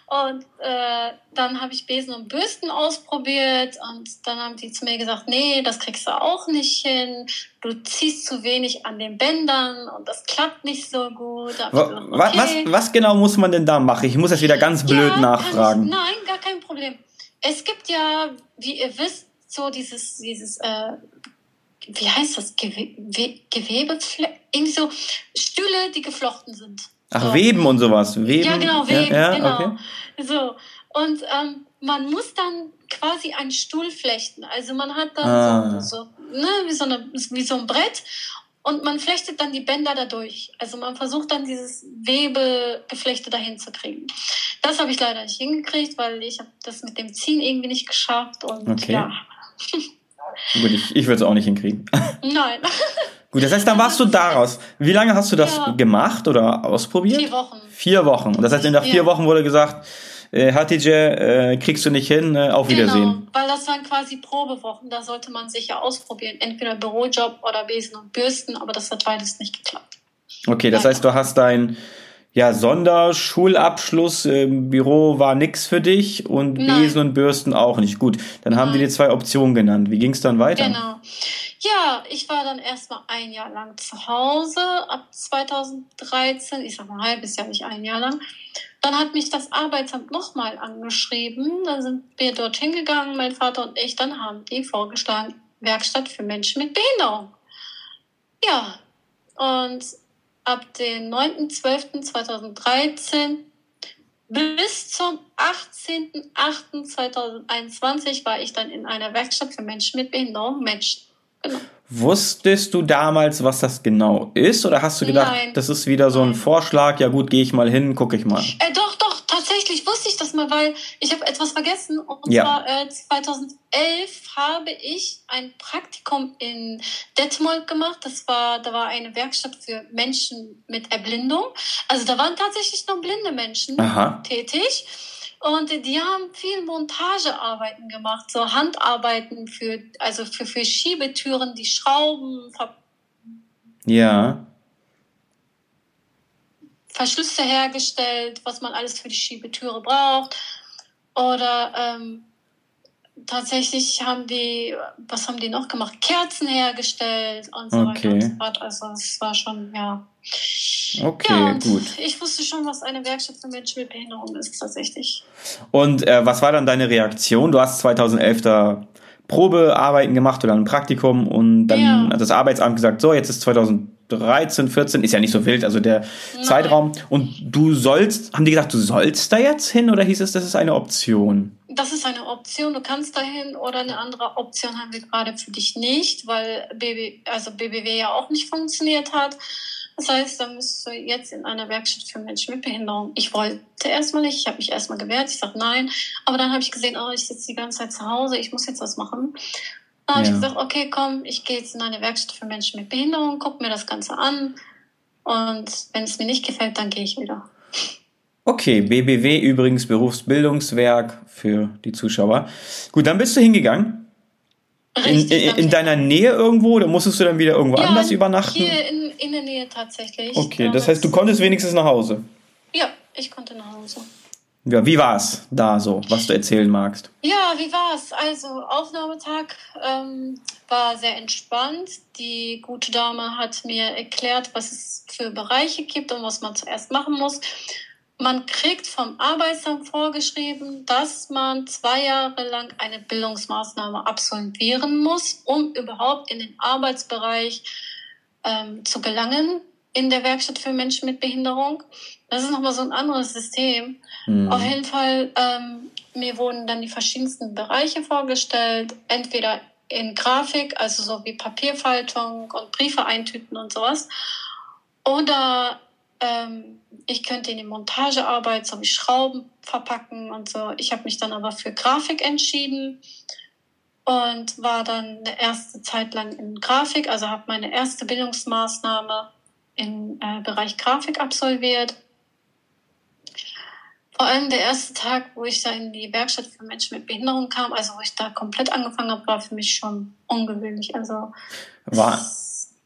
Speaker 2: Und äh, dann habe ich Besen und Bürsten ausprobiert und dann haben die zu mir gesagt, nee, das kriegst du auch nicht hin. Du ziehst zu wenig an den Bändern und das klappt nicht so gut. Da hab ich gesagt,
Speaker 1: Was,
Speaker 2: okay.
Speaker 1: was, was genau muss man denn da machen? Ich muss jetzt wieder ganz blöd
Speaker 2: Ja,
Speaker 1: nachfragen.
Speaker 2: Ich, nein, gar kein Problem. Es gibt ja, wie ihr wisst, so dieses, dieses äh, wie heißt das, Gewe Gewebe, irgendwie so Stühle, die geflochten sind.
Speaker 1: Ach,
Speaker 2: so.
Speaker 1: Weben und sowas. Weben.
Speaker 2: Ja, genau, Weben,
Speaker 1: ja, ja,
Speaker 2: genau.
Speaker 1: Okay.
Speaker 2: So. Und ähm, man muss dann quasi einen Stuhl flechten. Also man hat dann
Speaker 1: Ah.
Speaker 2: so, so, ne, wie, so eine, wie so ein Brett und man flechtet dann die Bänder dadurch. Also man versucht dann dieses Webegeflechte dahin zu kriegen. Das habe ich leider nicht hingekriegt, weil ich habe das mit dem Ziehen irgendwie nicht geschafft. Und
Speaker 1: Okay.
Speaker 2: ja.
Speaker 1: Gut, ich, ich würde es auch nicht hinkriegen.
Speaker 2: Nein.
Speaker 1: Gut, das heißt, dann warst du daraus. Wie lange hast du das
Speaker 2: Ja.
Speaker 1: gemacht oder ausprobiert?
Speaker 2: Vier Wochen.
Speaker 1: Vier Wochen. Und das heißt, in nach vier
Speaker 2: Ja.
Speaker 1: Wochen wurde gesagt, äh, Hatice, äh, kriegst du nicht hin, äh, auf Wiedersehen.
Speaker 2: Genau, weil das waren quasi Probewochen. Da sollte man sich ja ausprobieren. Entweder Bürojob oder Besen und Bürsten, aber das hat beides nicht geklappt.
Speaker 1: Okay, das heißt, du hast dein ja, Sonderschulabschluss, äh, Büro war nix für dich und
Speaker 2: Nein.
Speaker 1: Besen und Bürsten auch nicht. Gut, dann haben die
Speaker 2: Nein.
Speaker 1: dir zwei Optionen genannt. Wie ging es dann weiter?
Speaker 2: Genau. Ja, ich war dann erstmal ein Jahr lang zu Hause, ab zweitausenddreizehn, ich sag mal ein halbes Jahr, nicht ein Jahr lang. Dann hat mich das Arbeitsamt nochmal angeschrieben. Dann sind wir dorthin gegangen, mein Vater und ich. Dann haben die vorgeschlagen, Werkstatt für Menschen mit Behinderung. Ja, und ab dem neunten zwölften zweitausenddreizehn bis zum achtzehnten achten zweitausendeinundzwanzig war ich dann in einer Werkstatt für Menschen mit Behinderung Menschen. Genau.
Speaker 1: Wusstest du damals, was das genau ist? Oder hast du gedacht,
Speaker 2: Nein.
Speaker 1: das ist wieder so ein
Speaker 2: Nein.
Speaker 1: Vorschlag, ja gut, gehe ich mal hin, gucke ich mal.
Speaker 2: Äh, doch, doch, tatsächlich wusste ich das mal, weil ich habe etwas vergessen. Und
Speaker 1: Ja.
Speaker 2: zwar äh, zweitausendelf habe ich ein Praktikum in Detmold gemacht. Das war, da war eine Werkstatt für Menschen mit Erblindung. Also da waren tatsächlich noch blinde Menschen
Speaker 1: Aha.
Speaker 2: tätig. Und die haben viel Montagearbeiten gemacht, so Handarbeiten für, also für, für Schiebetüren, die Schrauben, Ver
Speaker 1: Ja.
Speaker 2: Verschlüsse hergestellt, was man alles für die Schiebetüre braucht. Oder ähm, tatsächlich haben die, was haben die noch gemacht? Kerzen hergestellt und so
Speaker 1: Okay.
Speaker 2: weiter und so fort. Also es war schon, ja.
Speaker 1: Okay,
Speaker 2: Ja, und
Speaker 1: gut.
Speaker 2: ich wusste schon, was eine Werkstatt für Menschen mit Behinderung ist, tatsächlich.
Speaker 1: Und äh, was war dann deine Reaktion? Du hast zweitausendelf da Probearbeiten gemacht oder ein Praktikum und dann
Speaker 2: Ja.
Speaker 1: hat das Arbeitsamt gesagt, so, jetzt ist zweitausenddreizehn, vierzehn, ist ja nicht so wild, also der
Speaker 2: Nein.
Speaker 1: Zeitraum. Und du sollst, haben die gesagt, du sollst da jetzt hin oder hieß es, das ist eine Option?
Speaker 2: Das ist eine Option, du kannst dahin, oder eine andere Option haben wir gerade für dich nicht, weil B B, also B B W ja auch nicht funktioniert hat. Das heißt, da müsstest du jetzt in einer Werkstatt für Menschen mit Behinderung. Ich wollte erstmal nicht, ich habe mich erstmal gewehrt, ich sage nein. Aber dann habe ich gesehen, oh, ich sitze die ganze Zeit zu Hause, ich muss jetzt was machen. Dann habe
Speaker 1: Ja.
Speaker 2: ich gesagt, okay, komm, ich gehe jetzt in eine Werkstatt für Menschen mit Behinderung, guck mir das Ganze an. Und wenn es mir nicht gefällt, dann gehe ich wieder.
Speaker 1: Okay, B B W übrigens Berufsbildungswerk für die Zuschauer. Gut, dann bist du hingegangen. In,
Speaker 2: Richtig,
Speaker 1: in,
Speaker 2: dann
Speaker 1: in deiner Nähe irgendwo oder musstest du dann wieder irgendwo
Speaker 2: ja,
Speaker 1: anders übernachten?
Speaker 2: Hier in, in der Nähe tatsächlich.
Speaker 1: Okay, das heißt, du konntest wenigstens nach Hause.
Speaker 2: Ja, ich konnte nach Hause.
Speaker 1: Ja, wie war's da so, was du erzählen magst?
Speaker 2: Ja, wie war's? Also, Aufnahmetag ähm, war sehr entspannt. Die gute Dame hat mir erklärt, was es für Bereiche gibt und was man zuerst machen muss. Man kriegt vom Arbeitsamt vorgeschrieben, dass man zwei Jahre lang eine Bildungsmaßnahme absolvieren muss, um überhaupt in den Arbeitsbereich ähm, zu gelangen in der Werkstatt für Menschen mit Behinderung. Das ist nochmal so ein anderes System.
Speaker 1: Hm.
Speaker 2: Auf jeden Fall, ähm, mir wurden dann die verschiedensten Bereiche vorgestellt, entweder in Grafik, also so wie Papierfaltung und Briefe eintüten und sowas, oder ähm, ich könnte in die Montagearbeit, so wie Schrauben verpacken und so. Ich habe mich dann aber für Grafik entschieden und war dann eine erste Zeit lang in Grafik, also habe meine erste Bildungsmaßnahme im äh, Bereich Grafik absolviert. Vor allem der erste Tag, wo ich da in die Werkstatt für Menschen mit Behinderung kam, also wo ich da komplett angefangen habe, war für mich schon ungewöhnlich. Also
Speaker 1: War,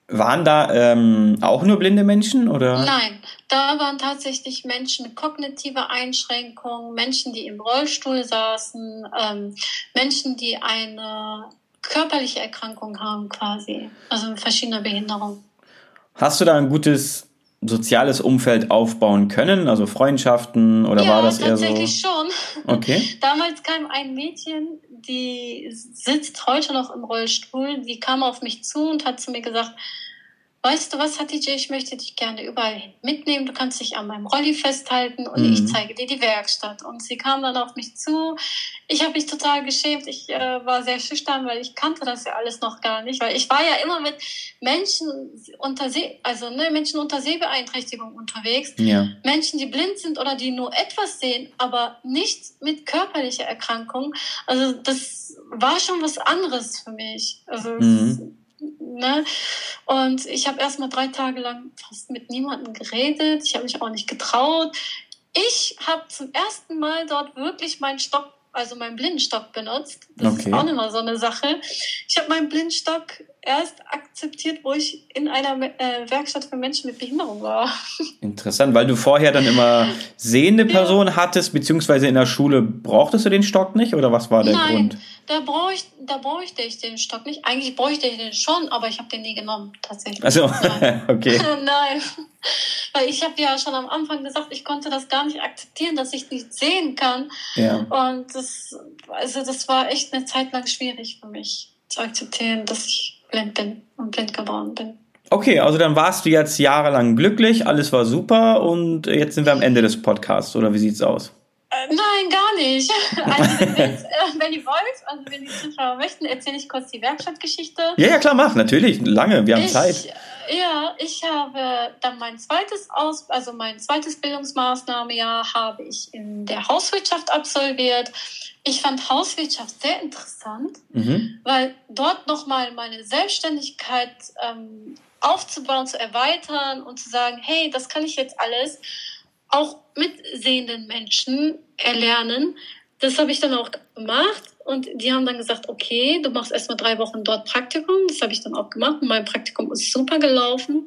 Speaker 1: Waren da ähm, auch nur blinde Menschen, oder?
Speaker 2: Nein, da waren tatsächlich Menschen mit kognitiver Einschränkung, Menschen, die im Rollstuhl saßen, ähm, Menschen, die eine körperliche Erkrankung haben quasi, also verschiedene Behinderungen.
Speaker 1: Hast du da ein gutes soziales Umfeld aufbauen können, also Freundschaften, oder
Speaker 2: Ja,
Speaker 1: war das eher so?
Speaker 2: tatsächlich schon.
Speaker 1: Okay.
Speaker 2: Damals kam ein Mädchen, die sitzt heute noch im Rollstuhl, die kam auf mich zu und hat zu mir gesagt, weißt du was, Hatice, ich möchte dich gerne überall mitnehmen. Du kannst dich an meinem Rolli festhalten und
Speaker 1: Mhm.
Speaker 2: ich zeige dir die Werkstatt. Und sie kam dann auf mich zu. Ich habe mich total geschämt. Ich äh, war sehr schüchtern, weil ich kannte das ja alles noch gar nicht. Weil ich war ja immer mit Menschen unter See, also ne, Menschen unter Sehbeeinträchtigung unterwegs.
Speaker 1: Ja.
Speaker 2: Menschen, die blind sind oder die nur etwas sehen, aber nicht mit körperlicher Erkrankung. Also das war schon was anderes für mich. Also
Speaker 1: Mhm.
Speaker 2: Ne? Und ich habe erst mal drei Tage lang fast mit niemandem geredet. Ich habe mich auch nicht getraut. Ich habe zum ersten Mal dort wirklich meinen Stock, also meinen Blindenstock benutzt. Das
Speaker 1: Okay.
Speaker 2: ist auch immer so eine Sache. Ich habe meinen Blindenstock erst akzeptiert, wo ich in einer äh, Werkstatt für Menschen mit Behinderung war.
Speaker 1: Interessant, weil du vorher dann immer sehende Personen ja. hattest, beziehungsweise in der Schule brauchtest du den Stock nicht, oder was war der
Speaker 2: Nein,
Speaker 1: Grund?
Speaker 2: Da, brauch ich, da bräuchte ich den Stock nicht. Eigentlich bräuchte ich den schon, aber ich habe den nie genommen, tatsächlich.
Speaker 1: Also,
Speaker 2: Nein.
Speaker 1: Okay.
Speaker 2: Nein, weil ich habe ja schon am Anfang gesagt, ich konnte das gar nicht akzeptieren, dass ich nicht sehen kann.
Speaker 1: Ja.
Speaker 2: Und das, also das war echt eine Zeit lang schwierig für mich zu akzeptieren, dass ich blind bin und blind geworden bin.
Speaker 1: Okay, also dann warst du jetzt jahrelang glücklich, alles war super und jetzt sind wir am Ende des Podcasts, oder wie sieht's aus?
Speaker 2: Äh, nein, gar nicht. Also wenn, jetzt, äh, wenn ihr wollt, also wenn die Zuschauer möchten, erzähle ich kurz die Werkstattgeschichte.
Speaker 1: Ja, ja, klar, mach, natürlich, lange, wir haben
Speaker 2: ich,
Speaker 1: Zeit.
Speaker 2: Ja, ich habe dann mein zweites Aus, also mein zweites Bildungsmaßnahmejahr habe ich in der Hauswirtschaft absolviert. Ich fand Hauswirtschaft sehr interessant,
Speaker 1: Mhm.
Speaker 2: weil dort nochmal meine Selbstständigkeit ähm, aufzubauen, zu erweitern und zu sagen, hey, das kann ich jetzt alles auch mit sehenden Menschen erlernen. Das habe ich dann auch gemacht und die haben dann gesagt, okay, du machst erstmal drei Wochen dort Praktikum. Das habe ich dann auch gemacht und mein Praktikum ist super gelaufen.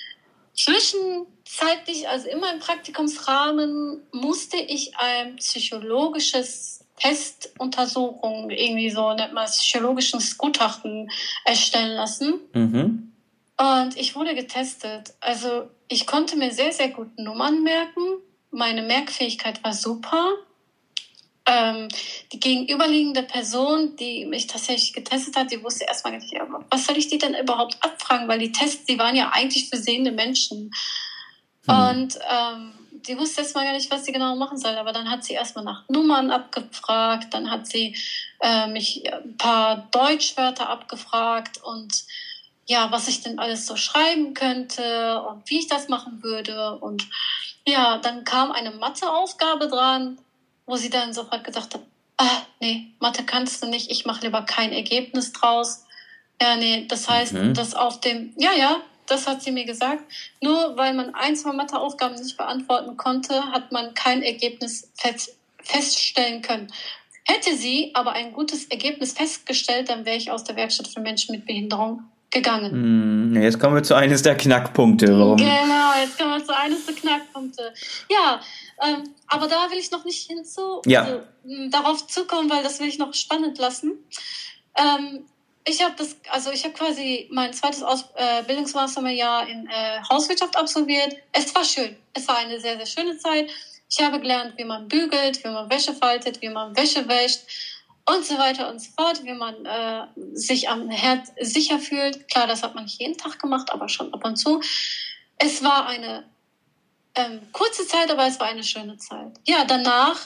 Speaker 2: Zwischenzeitlich, also in meinem Praktikumsrahmen, musste ich ein psychologisches Testuntersuchung, irgendwie so nennt man es, psychologisches Gutachten erstellen lassen.
Speaker 1: Mhm.
Speaker 2: Und ich wurde getestet. Also ich konnte mir sehr, sehr gut Nummern merken. Meine Merkfähigkeit war super. Ähm, die gegenüberliegende Person, die mich tatsächlich getestet hat, die wusste erstmal nicht, was soll ich die denn überhaupt abfragen? Weil die Tests, die waren ja eigentlich für sehende Menschen. Hm. Und ähm, die wusste erstmal gar nicht, was sie genau machen soll. Aber dann hat sie erstmal nach Nummern abgefragt. Dann hat sie äh, mich ein paar Deutschwörter abgefragt und ja, was ich denn alles so schreiben könnte und wie ich das machen würde. Und ja, dann kam eine Matheaufgabe dran, wo sie dann sofort gesagt hat, ah, nee, Mathe kannst du nicht, ich mache lieber kein Ergebnis draus. Ja, nee, das heißt, mhm. dass auf dem, ja, ja, das hat sie mir gesagt, nur weil man ein, zwei Matheaufgaben nicht beantworten konnte, hat man kein Ergebnis fest, feststellen können. Hätte sie aber ein gutes Ergebnis festgestellt, dann wäre ich aus der Werkstatt für Menschen mit Behinderung gegangen.
Speaker 1: Jetzt kommen wir zu eines der Knackpunkte. Warum?
Speaker 2: Genau, jetzt kommen wir zu eines der Knackpunkte. Ja, ähm, aber da will ich noch nicht hinzu,
Speaker 1: ja.
Speaker 2: also, darauf zukommen, weil das will ich noch spannend lassen. Ähm, ich habe das, also ich habe quasi mein zweites Aus, äh, Bildungsmaßnahmenjahr in äh, Hauswirtschaft absolviert. Es war schön. Es war eine sehr, sehr schöne Zeit. Ich habe gelernt, wie man bügelt, wie man Wäsche faltet, wie man Wäsche wäscht. Und so weiter und so fort, wie man äh, sich am Herd sicher fühlt. Klar, das hat man nicht jeden Tag gemacht, aber schon ab und zu. Es war eine ähm, kurze Zeit, aber es war eine schöne Zeit. Ja, danach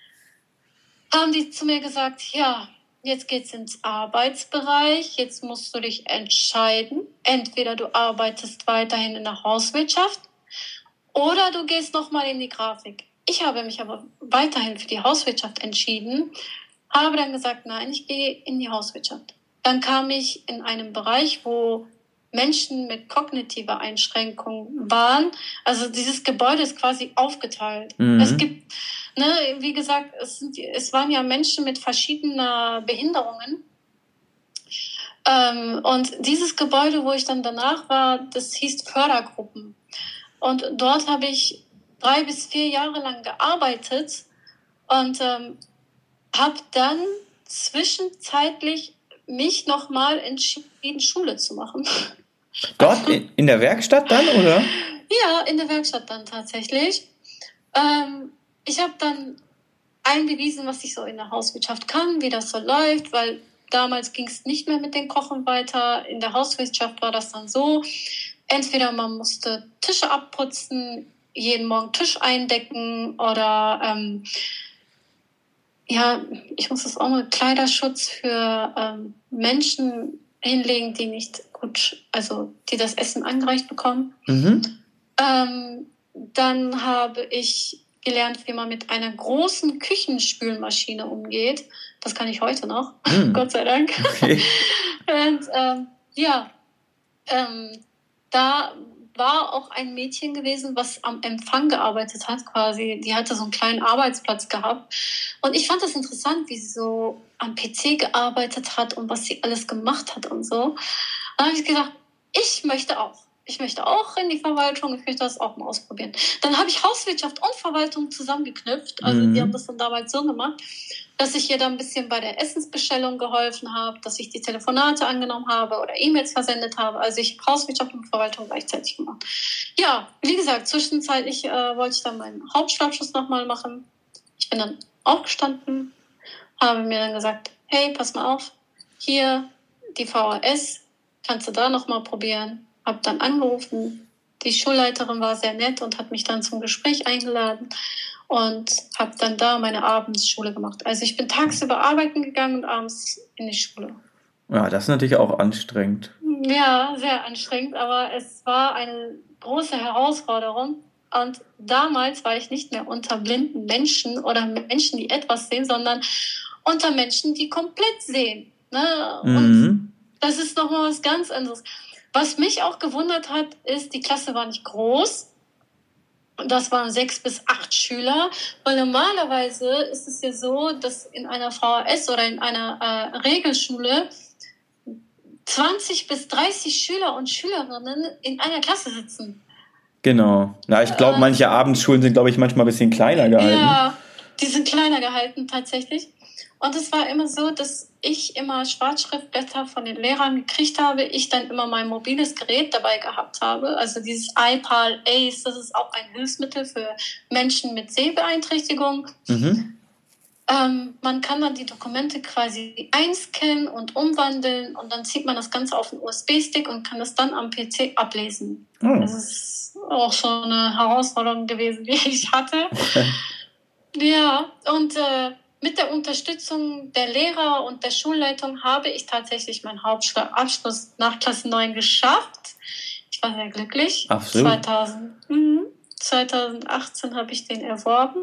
Speaker 2: haben die zu mir gesagt, ja, jetzt geht's ins Arbeitsbereich, jetzt musst du dich entscheiden. Entweder du arbeitest weiterhin in der Hauswirtschaft oder du gehst nochmal in die Grafik. Ich habe mich aber weiterhin für die Hauswirtschaft entschieden, habe dann gesagt, nein, ich gehe in die Hauswirtschaft. Dann kam ich in einen Bereich, wo Menschen mit kognitiver Einschränkung waren. Also dieses Gebäude ist quasi aufgeteilt. Mhm. Es gibt, ne, wie gesagt, es, sind, es waren ja Menschen mit verschiedener Behinderungen. Ähm, und dieses Gebäude, wo ich dann danach war, das hieß Fördergruppen. Und dort habe ich drei bis vier Jahre lang gearbeitet und ähm, habe dann zwischenzeitlich mich nochmal entschieden, Schule zu machen.
Speaker 1: Dort in, in der Werkstatt dann, oder?
Speaker 2: Ja, in der Werkstatt dann tatsächlich. Ähm, ich habe dann einbewiesen, was ich so in der Hauswirtschaft kann, wie das so läuft, weil damals ging es nicht mehr mit dem Kochen weiter. In der Hauswirtschaft war das dann so, entweder man musste Tische abputzen, jeden Morgen Tisch eindecken oder ähm, ja, ich muss das auch mal Kleiderschutz für ähm, Menschen hinlegen, die nicht gut, also die das Essen angereicht bekommen.
Speaker 1: Mhm.
Speaker 2: Ähm, dann habe ich gelernt, wie man mit einer großen Küchenspülmaschine umgeht. Das kann ich heute noch,
Speaker 1: Mhm.
Speaker 2: Gott sei Dank.
Speaker 1: Okay.
Speaker 2: Und ähm, ja, ähm, da war auch ein Mädchen gewesen, was am Empfang gearbeitet hat quasi. Die hatte so einen kleinen Arbeitsplatz gehabt. Und ich fand das interessant, wie sie so am P C gearbeitet hat und was sie alles gemacht hat und so. Dann habe ich gedacht, ich möchte auch. Ich möchte auch in die Verwaltung, ich möchte das auch mal ausprobieren. Dann habe ich Hauswirtschaft und Verwaltung zusammengeknüpft. Also
Speaker 1: Mhm.
Speaker 2: die haben das dann damals so gemacht, dass ich ihr dann ein bisschen bei der Essensbestellung geholfen habe, dass ich die Telefonate angenommen habe oder E-Mails versendet habe. Also ich habe Hauswirtschaft und Verwaltung gleichzeitig gemacht. Ja, wie gesagt, zwischenzeitlich äh, wollte ich dann meinen Hauptschulabschluss nochmal machen. Ich bin dann aufgestanden, habe mir dann gesagt, hey, pass mal auf, hier die V H S, kannst du da nochmal probieren? Habe dann angerufen, die Schulleiterin war sehr nett und hat mich dann zum Gespräch eingeladen und habe dann da meine Abendsschule gemacht. Also ich bin tagsüber arbeiten gegangen und abends in die Schule.
Speaker 1: Ja, das ist natürlich auch anstrengend.
Speaker 2: Ja, sehr anstrengend, aber es war eine große Herausforderung. Und damals war ich nicht mehr unter blinden Menschen oder Menschen, die etwas sehen, sondern unter Menschen, die komplett sehen. Ne? Und
Speaker 1: Mhm.
Speaker 2: das ist nochmal was ganz anderes. Was mich auch gewundert hat, ist, die Klasse war nicht groß. Das waren sechs bis acht Schüler. Weil normalerweise ist es ja so, dass in einer V H S oder in einer äh, Regelschule zwanzig bis dreißig Schüler und Schülerinnen in einer Klasse sitzen.
Speaker 1: Genau. Na, ich glaube,
Speaker 2: Äh,
Speaker 1: manche Abendschulen sind, glaube ich, manchmal ein bisschen kleiner gehalten.
Speaker 2: Ja, die sind kleiner gehalten tatsächlich. Und es war immer so, dass ich immer Schwarzschriftblätter von den Lehrern gekriegt habe, ich dann immer mein mobiles Gerät dabei gehabt habe. Also dieses iPal Ace, das ist auch ein Hilfsmittel für Menschen mit Sehbeeinträchtigung.
Speaker 1: Mhm.
Speaker 2: Ähm, man kann dann die Dokumente quasi einscannen und umwandeln und dann zieht man das Ganze auf einen U S B-Stick und kann das dann am P C ablesen.
Speaker 1: Oh.
Speaker 2: Das ist auch schon eine Herausforderung gewesen, die ich hatte. Ja, und äh, mit der Unterstützung der Lehrer und der Schulleitung habe ich tatsächlich meinen Hauptschulabschluss nach Klasse neun geschafft. Ich war sehr glücklich.
Speaker 1: Absolut.
Speaker 2: zweitausend, mhm, zweitausendachtzehn habe ich den erworben.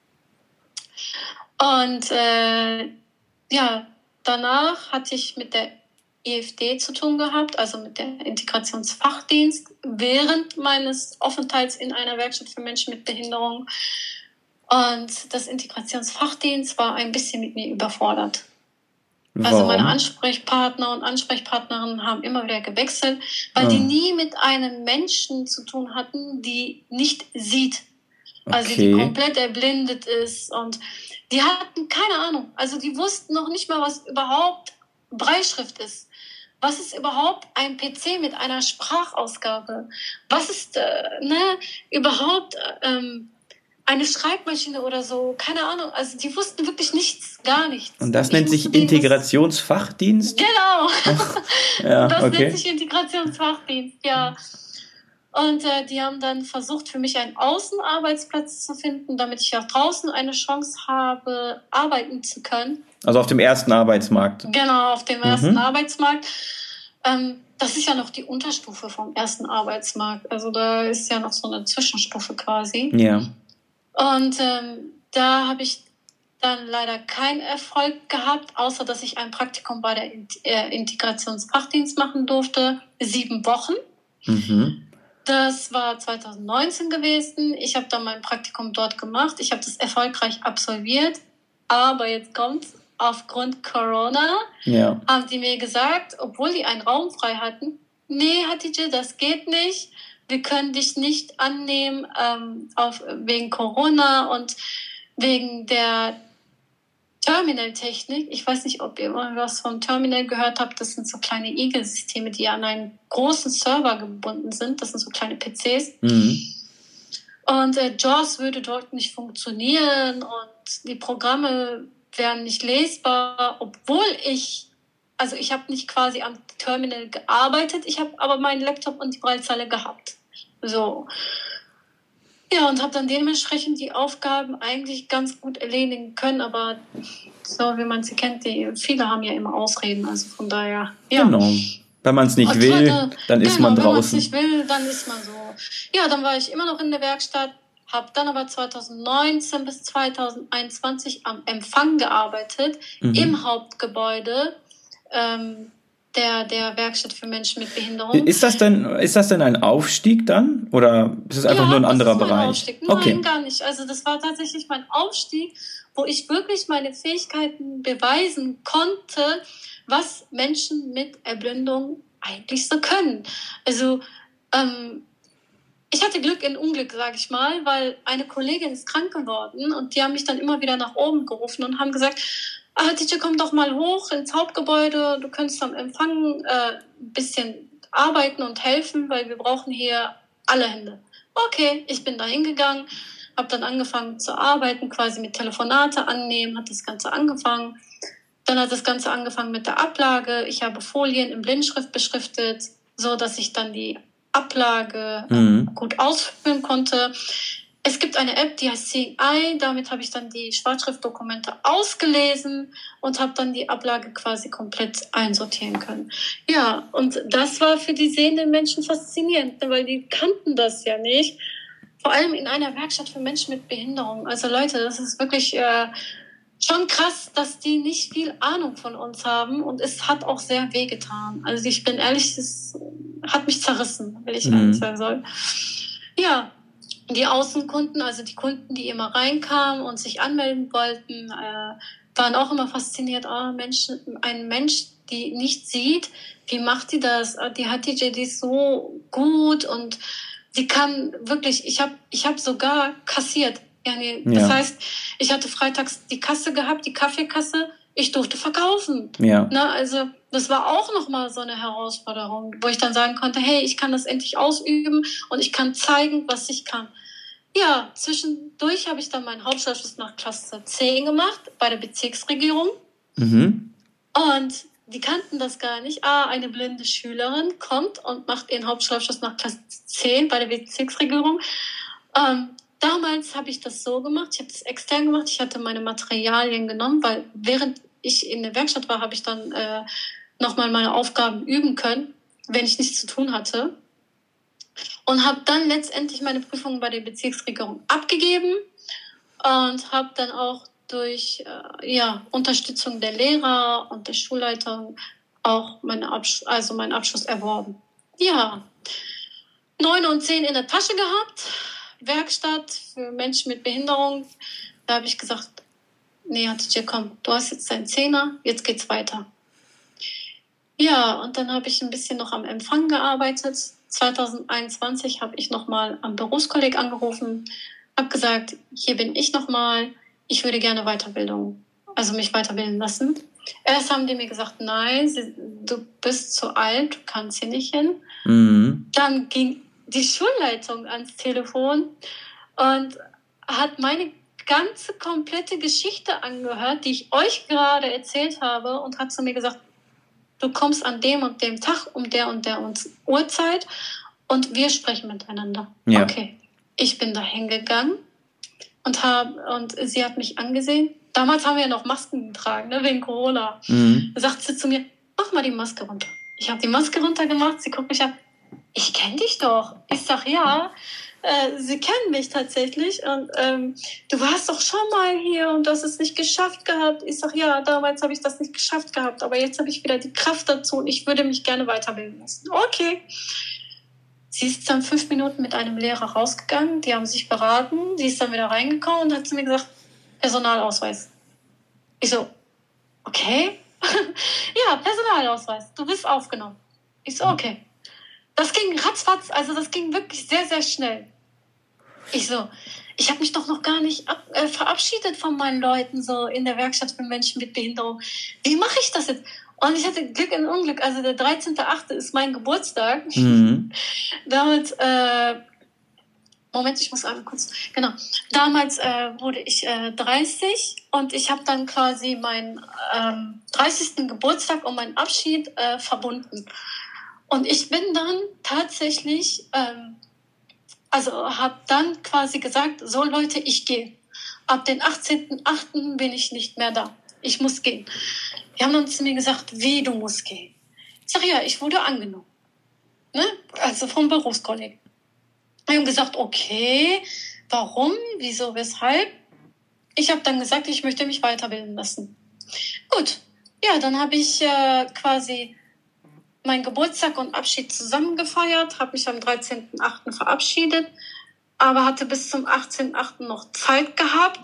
Speaker 2: Und äh, ja, danach hatte ich mit der I F D zu tun gehabt, also mit der Integrationsfachdienst, während meines Aufenthalts in einer Werkstatt für Menschen mit Behinderung. Und das Integrationsfachdienst war ein bisschen mit mir überfordert.
Speaker 1: Warum?
Speaker 2: Also meine Ansprechpartner und Ansprechpartnerinnen haben immer wieder gewechselt, weil
Speaker 1: Ah.
Speaker 2: die nie mit einem Menschen zu tun hatten, die nicht sieht. Also die
Speaker 1: Okay.
Speaker 2: komplett erblindet ist und die hatten keine Ahnung. Also die wussten noch nicht mal, was überhaupt Brailleschrift ist. Was ist überhaupt ein P C mit einer Sprachausgabe? Was ist äh, ne, überhaupt ähm, eine Schreibmaschine oder so? Keine Ahnung. Also die wussten wirklich nichts, gar nichts.
Speaker 1: Und das
Speaker 2: Ich
Speaker 1: nennt
Speaker 2: musste
Speaker 1: sich
Speaker 2: denen das-
Speaker 1: Integrationsfachdienst?
Speaker 2: Genau.
Speaker 1: Ja,
Speaker 2: Das
Speaker 1: okay.
Speaker 2: nennt sich Integrationsfachdienst, ja. Und äh, die haben dann versucht, für mich einen Außenarbeitsplatz zu finden, damit ich auch draußen eine Chance habe, arbeiten zu können.
Speaker 1: Also auf dem ersten Arbeitsmarkt.
Speaker 2: Genau, auf dem ersten
Speaker 1: Mhm.
Speaker 2: Arbeitsmarkt. Ähm, das ist ja noch die Unterstufe vom ersten Arbeitsmarkt. Also da ist ja noch so eine Zwischenstufe quasi.
Speaker 1: Ja.
Speaker 2: Und ähm, da habe ich dann leider keinen Erfolg gehabt, außer dass ich ein Praktikum bei der Int- äh, Integrationsfachdienst machen durfte. Sieben Wochen.
Speaker 1: Mhm.
Speaker 2: Das war zweitausendneunzehn gewesen. Ich habe dann mein Praktikum dort gemacht. Ich habe das erfolgreich absolviert. Aber jetzt kommt's. aufgrund Corona
Speaker 1: ja.
Speaker 2: haben die mir gesagt, obwohl die einen Raum frei hatten, nee, Hatice, das geht nicht. Wir können dich nicht annehmen ähm, auf, wegen Corona und wegen der Terminal-Technik. Ich weiß nicht, ob ihr mal was vom Terminal gehört habt. Das sind so kleine I G E-Systeme, die an einen großen Server gebunden sind. Das sind so kleine P Cs.
Speaker 1: Mhm.
Speaker 2: Und äh, JAWS würde dort nicht funktionieren und die Programme wären nicht lesbar, obwohl ich, also ich habe nicht quasi am Terminal gearbeitet, ich habe aber meinen Laptop und die Braillezeile gehabt. So. Ja, und habe dann dementsprechend die Aufgaben eigentlich ganz gut erledigen können, aber so wie man sie kennt, die, viele haben ja immer Ausreden, also von daher, ja.
Speaker 1: Genau. Wenn man es nicht
Speaker 2: Und
Speaker 1: will,
Speaker 2: heute,
Speaker 1: dann ist
Speaker 2: genau,
Speaker 1: man
Speaker 2: wenn man es
Speaker 1: draußen.
Speaker 2: nicht will, dann ist man so. Ja, dann war ich immer noch in der Werkstatt, habe dann aber zwanzig neunzehn bis zwanzig einundzwanzig am Empfang gearbeitet,
Speaker 1: Mhm.
Speaker 2: im Hauptgebäude ähm, der, der Werkstatt für Menschen mit Behinderung.
Speaker 1: Ist das denn, ist das denn ein Aufstieg dann? Oder ist es einfach
Speaker 2: ja,
Speaker 1: nur ein
Speaker 2: das
Speaker 1: anderer
Speaker 2: ist mein
Speaker 1: Bereich?
Speaker 2: Aufstieg. Nein,
Speaker 1: Okay.
Speaker 2: gar nicht. Also das war tatsächlich mein Aufstieg, wo ich wirklich meine Fähigkeiten beweisen konnte, was Menschen mit Erblindung eigentlich so können. Also ähm, ich hatte Glück in Unglück, sage ich mal, weil eine Kollegin ist krank geworden und die haben mich dann immer wieder nach oben gerufen und haben gesagt, ah, Hatice, komm doch mal hoch ins Hauptgebäude, du könntest am Empfang äh, ein bisschen arbeiten und helfen, weil wir brauchen hier alle Hände. Okay, ich bin da hingegangen, habe dann angefangen zu arbeiten, quasi mit Telefonate annehmen, hat das Ganze angefangen. Dann hat das Ganze angefangen mit der Ablage. Ich habe Folien in Blindschrift beschriftet, so dass ich dann die Ablage
Speaker 1: Mhm.
Speaker 2: gut ausfüllen konnte. Es gibt eine App, die heißt Seeing Eye. Damit habe ich dann die Schwarzschriftdokumente ausgelesen und habe dann die Ablage quasi komplett einsortieren können. Ja, und das war für die sehenden Menschen faszinierend, weil die kannten das ja nicht. Vor allem in einer Werkstatt für Menschen mit Behinderung. Also Leute, das ist wirklich äh, schon krass, dass die nicht viel Ahnung von uns haben und es hat auch sehr wehgetan. Also ich bin ehrlich, es hat mich zerrissen, wenn ich
Speaker 1: Mhm.
Speaker 2: ehrlich sein soll. Ja, die Außenkunden, also die Kunden, die immer reinkamen und sich anmelden wollten, äh, waren auch immer fasziniert. Oh, Menschen, ein Mensch, die nicht sieht, wie macht die das? Die Hatice, die ist so gut und sie kann wirklich, ich habe ich hab sogar kassiert. Ja, nee, das
Speaker 1: Ja.
Speaker 2: heißt, ich hatte freitags die Kasse gehabt, die Kaffeekasse, ich durfte verkaufen.
Speaker 1: Ja.
Speaker 2: Na, also das war auch nochmal so eine Herausforderung, wo ich dann sagen konnte, hey, ich kann das endlich ausüben und ich kann zeigen, was ich kann. Ja, zwischendurch habe ich dann meinen Hauptschulabschluss nach Klasse zehn gemacht bei der Bezirksregierung.
Speaker 1: Mhm.
Speaker 2: Und die kannten das gar nicht. Ah, eine blinde Schülerin kommt und macht ihren Hauptschulabschluss nach Klasse zehn bei der Bezirksregierung. Ähm, damals habe ich das so gemacht, ich habe das extern gemacht, ich hatte meine Materialien genommen, weil während ich in der Werkstatt war, habe ich dann äh, nochmal meine Aufgaben üben können, wenn ich nichts zu tun hatte. Und habe dann letztendlich meine Prüfung bei der Bezirksregierung abgegeben und habe dann auch durch äh, ja, Unterstützung der Lehrer und der Schulleitung auch meine Absch- also meinen Abschluss erworben. Ja, neun und zehn in der Tasche gehabt, Werkstatt für Menschen mit Behinderung. Da habe ich gesagt, nee, Hatice, komm, du hast jetzt deinen Zehner, jetzt geht's weiter. Ja, und dann habe ich ein bisschen noch am Empfang gearbeitet. zwanzig einundzwanzig habe ich nochmal am Berufskolleg angerufen, habe gesagt, hier bin ich nochmal, ich würde gerne Weiterbildung, also mich weiterbilden lassen. Erst haben die mir gesagt, nein, sie, du bist zu alt, du kannst hier nicht hin.
Speaker 1: Mhm.
Speaker 2: Dann ging die Schulleitung ans Telefon und hat meine ganze komplette Geschichte angehört, die ich euch gerade erzählt habe und hat zu mir gesagt, du kommst an dem und dem Tag um der und der Uhrzeit und wir sprechen miteinander.
Speaker 1: Ja.
Speaker 2: Okay, ich bin da hingegangen und, hab, und sie hat mich angesehen. Damals haben wir ja noch Masken getragen, ne, wegen Corona.
Speaker 1: Mhm.
Speaker 2: Da sagt sie zu mir, mach mal die Maske runter. Ich habe die Maske runtergemacht, sie guckt mich an, ich kenne dich doch. Ich sag, ja, äh, sie kennen mich tatsächlich und ähm, du warst doch schon mal hier und hast es nicht geschafft gehabt. Ich sag, ja, damals habe ich das nicht geschafft gehabt, aber jetzt habe ich wieder die Kraft dazu und ich würde mich gerne weiterbilden lassen. Okay. Sie ist dann fünf Minuten mit einem Lehrer rausgegangen, die haben sich beraten, sie ist dann wieder reingekommen und hat zu mir gesagt, Personalausweis. Ich so, okay. Ja, Personalausweis, du bist aufgenommen. Ich so, okay. Das ging ratzfatz, also das ging wirklich sehr, sehr schnell. Ich so, ich habe mich doch noch gar nicht ab, äh, verabschiedet von meinen Leuten so in der Werkstatt für Menschen mit Behinderung. Wie mache ich das jetzt? Und ich hatte Glück in Unglück. Also der dreizehnter achte ist mein Geburtstag. Mhm. Damit, äh, Moment, ich muss einmal kurz, genau. Damals äh, wurde ich äh, dreißig und ich habe dann quasi meinen ähm, dreißigsten Geburtstag und meinen Abschied äh, verbunden. Und ich bin dann tatsächlich... Ähm, Also habe dann quasi gesagt, so Leute, ich gehe. Ab den achtzehnten achten bin ich nicht mehr da. Ich muss gehen. Die haben dann zu mir gesagt, wie, du musst gehen? Ich sage, ja, ich wurde angenommen. Ne? Also vom Berufskolleg. Die haben gesagt, okay, warum, wieso, weshalb? Ich habe dann gesagt, ich möchte mich weiterbilden lassen. Gut, ja, dann habe ich äh, quasi... meinen Geburtstag und Abschied zusammen gefeiert, habe mich am dreizehnten achten verabschiedet, aber hatte bis zum achtzehnten achten noch Zeit gehabt.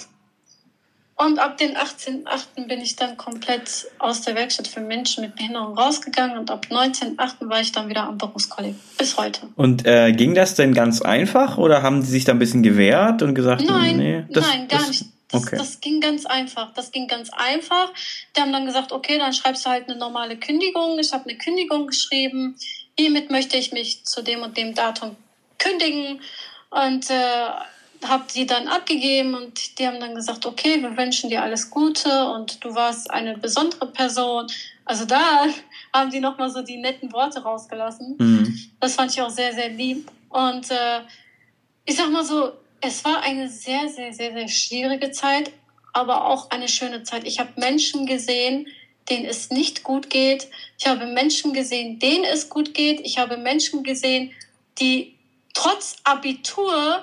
Speaker 2: Und ab dem achtzehnten achten bin ich dann komplett aus der Werkstatt für Menschen mit Behinderung rausgegangen und ab neunzehnten achten war ich dann wieder am Berufskolleg. Bis heute.
Speaker 1: Und äh, ging das denn ganz einfach oder haben Sie sich da ein bisschen gewehrt und gesagt,
Speaker 2: nein,
Speaker 1: nee, das,
Speaker 2: nein, gar
Speaker 1: das,
Speaker 2: nicht. Das,
Speaker 1: okay.
Speaker 2: das ging ganz einfach. Das ging ganz einfach. Die haben dann gesagt, okay, dann schreibst du halt eine normale Kündigung. Ich habe eine Kündigung geschrieben. Hiermit möchte ich mich zu dem und dem Datum kündigen. Und äh, habe die dann abgegeben und die haben dann gesagt, okay, wir wünschen dir alles Gute und du warst eine besondere Person. Also da haben die nochmal so die netten Worte rausgelassen. Mhm. Das fand ich auch sehr, sehr lieb. Und äh, ich sag mal so, es war eine sehr, sehr, sehr, sehr schwierige Zeit, aber auch eine schöne Zeit. Ich habe Menschen gesehen, denen es nicht gut geht. Ich habe Menschen gesehen, denen es gut geht. Ich habe Menschen gesehen, die trotz Abitur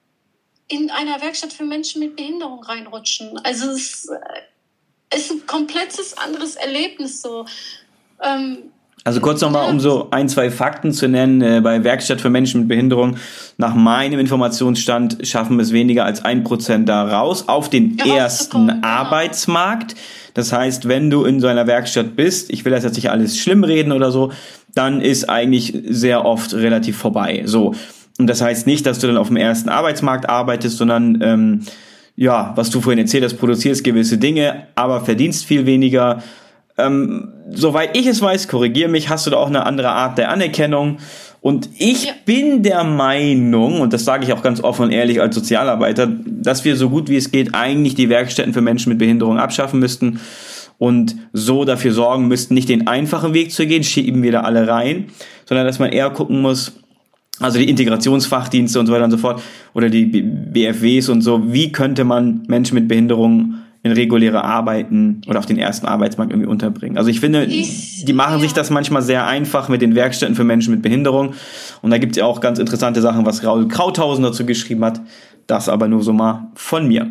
Speaker 2: in einer Werkstatt für Menschen mit Behinderung reinrutschen. Also es ist ein komplettes anderes Erlebnis so. Ähm,
Speaker 1: Also kurz nochmal, um so ein, zwei Fakten zu nennen. Äh, bei Werkstatt für Menschen mit Behinderung, nach meinem Informationsstand, schaffen es weniger als ein Prozent da raus auf den ja, ersten genau. Arbeitsmarkt. Das heißt, wenn du in so einer Werkstatt bist, ich will das jetzt nicht alles schlimm reden oder so, dann ist eigentlich sehr oft relativ vorbei. So. Und das heißt nicht, dass du dann auf dem ersten Arbeitsmarkt arbeitest, sondern, ähm, ja, was du vorhin erzählt hast, produzierst gewisse Dinge, aber verdienst viel weniger. Ähm, soweit ich es weiß, korrigiere mich, hast du da auch eine andere Art der Anerkennung. Und ich ja. bin der Meinung, und das sage ich auch ganz offen und ehrlich als Sozialarbeiter, dass wir so gut wie es geht eigentlich die Werkstätten für Menschen mit Behinderung abschaffen müssten und so dafür sorgen müssten, nicht den einfachen Weg zu gehen, schieben wir da alle rein, sondern dass man eher gucken muss, also die Integrationsfachdienste und so weiter und so fort, oder die B F Ws und so, wie könnte man Menschen mit Behinderung in reguläre Arbeiten oder auf den ersten Arbeitsmarkt irgendwie unterbringen. Also ich finde, ich, die machen ja. sich das manchmal sehr einfach mit den Werkstätten für Menschen mit Behinderung. Und da gibt es ja auch ganz interessante Sachen, was Raul Krauthausen dazu geschrieben hat. Das aber nur so mal von mir.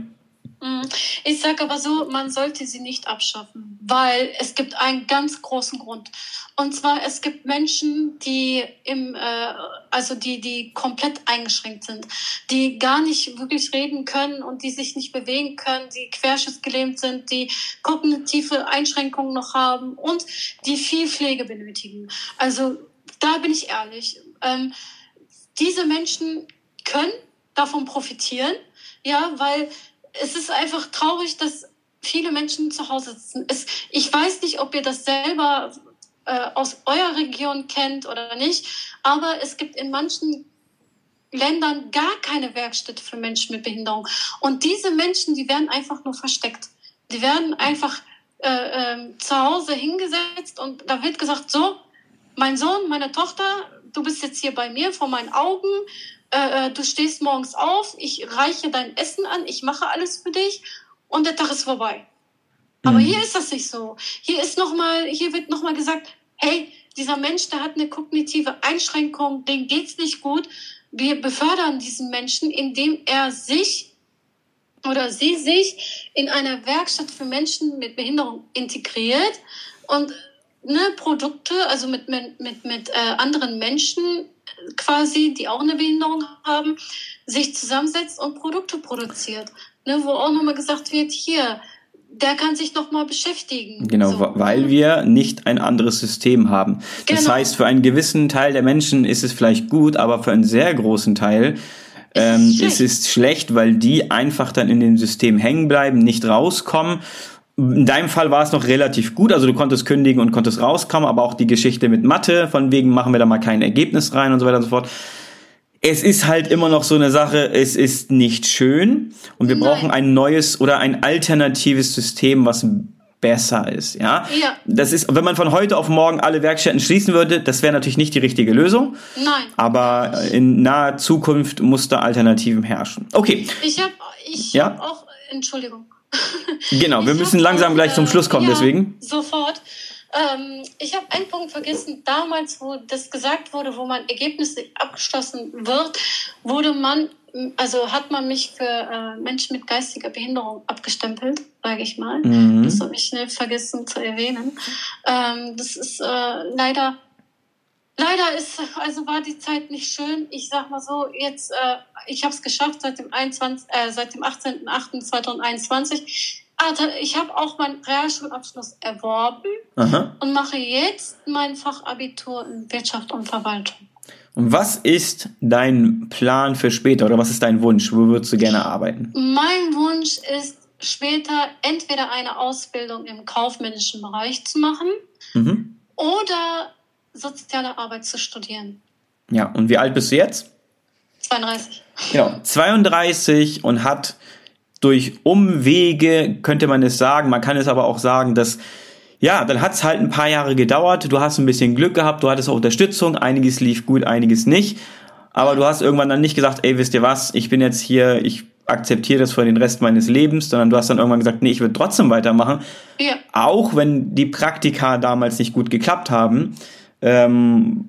Speaker 2: Ich sage aber so, man sollte sie nicht abschaffen, weil es gibt einen ganz großen Grund. Und zwar, es gibt Menschen, die im, äh, also die, die komplett eingeschränkt sind, die gar nicht wirklich reden können und die sich nicht bewegen können, die querschnittsgelähmt sind, die kognitive Einschränkungen noch haben und die viel Pflege benötigen. Also da bin ich ehrlich. Ähm, diese Menschen können davon profitieren, ja, weil es ist einfach traurig, dass viele Menschen zu Hause sitzen. Es, ich weiß nicht, ob ihr das selber äh, aus eurer Region kennt oder nicht, aber es gibt in manchen Ländern gar keine Werkstätte für Menschen mit Behinderung. Und diese Menschen, die werden einfach nur versteckt. Die werden einfach äh, äh, zu Hause hingesetzt und da wird gesagt, so, mein Sohn, meine Tochter, du bist jetzt hier bei mir vor meinen Augen, äh, du stehst morgens auf, ich reiche dein Essen an, ich mache alles für dich und der Tag ist vorbei. Aber mhm. hier ist das nicht so. Hier ist noch mal, hier wird nochmal gesagt, hey, dieser Mensch, der hat eine kognitive Einschränkung, dem geht's nicht gut. Wir befördern diesen Menschen, indem er sich oder sie sich in einer Werkstatt für Menschen mit Behinderung integriert und ne, Produkte, also mit, mit, mit, mit äh, anderen Menschen quasi, die auch eine Behinderung haben, sich zusammensetzt und Produkte produziert. Ne, wo auch nochmal gesagt wird, hier, der kann sich noch mal beschäftigen.
Speaker 1: Genau,
Speaker 2: so.
Speaker 1: Weil wir nicht ein anderes System haben. Das
Speaker 2: Genau.
Speaker 1: heißt, für einen gewissen Teil der Menschen ist es vielleicht gut, aber für einen sehr großen Teil ähm, ist, es ist schlecht, weil die einfach dann in dem System hängen bleiben, nicht rauskommen. In deinem Fall war es noch relativ gut, also du konntest kündigen und konntest rauskommen, aber auch die Geschichte mit Mathe, von wegen machen wir da mal kein Ergebnis rein und so weiter und so fort. Es ist halt immer noch so eine Sache, es ist nicht schön und wir Nein. brauchen ein neues oder ein alternatives System, was besser ist, ja?
Speaker 2: Ja.
Speaker 1: Das ist, wenn man von heute auf morgen alle Werkstätten schließen würde, das wäre natürlich nicht die richtige Lösung.
Speaker 2: Nein.
Speaker 1: Aber in naher Zukunft muss da Alternativen herrschen. Okay.
Speaker 2: Ich habe ich
Speaker 1: ja?
Speaker 2: hab auch, Entschuldigung.
Speaker 1: Genau, wir
Speaker 2: ich
Speaker 1: müssen langsam
Speaker 2: auch,
Speaker 1: gleich zum Schluss kommen,
Speaker 2: ja,
Speaker 1: deswegen.
Speaker 2: Sofort. Ähm, ich habe einen Punkt vergessen. Damals, wo das gesagt wurde, wo mein Ergebnis abgeschlossen wird, wurde man, also hat man mich für äh, Menschen mit geistiger Behinderung abgestempelt, sage ich mal. Mhm. Das habe ich schnell vergessen zu erwähnen. Ähm, das ist äh, leider, leider ist, also war die Zeit nicht schön. Ich sag mal so, jetzt, äh, ich habe es geschafft seit dem einundzwanzigsten Äh, seit dem achtzehnten achten zweitausendeinundzwanzig. Ich habe auch meinen Realschulabschluss erworben. Aha. Und mache jetzt mein Fachabitur in Wirtschaft und Verwaltung.
Speaker 1: Und was ist dein Plan für später oder was ist dein Wunsch? Wo würdest du gerne arbeiten?
Speaker 2: Mein Wunsch ist später entweder eine Ausbildung im kaufmännischen Bereich zu machen mhm. oder soziale Arbeit zu studieren.
Speaker 1: Ja, und wie alt bist du jetzt?
Speaker 2: zweiunddreißig.
Speaker 1: Genau, zweiunddreißig und hat durch Umwege, könnte man es sagen, man kann es aber auch sagen, dass, ja, dann hat es halt ein paar Jahre gedauert, du hast ein bisschen Glück gehabt, du hattest auch Unterstützung, einiges lief gut, einiges nicht, aber du hast irgendwann dann nicht gesagt, ey, wisst ihr was, ich bin jetzt hier, ich akzeptiere das für den Rest meines Lebens, sondern du hast dann irgendwann gesagt, nee, ich will trotzdem weitermachen,
Speaker 2: ja.
Speaker 1: Auch wenn die Praktika damals nicht gut geklappt haben, ähm,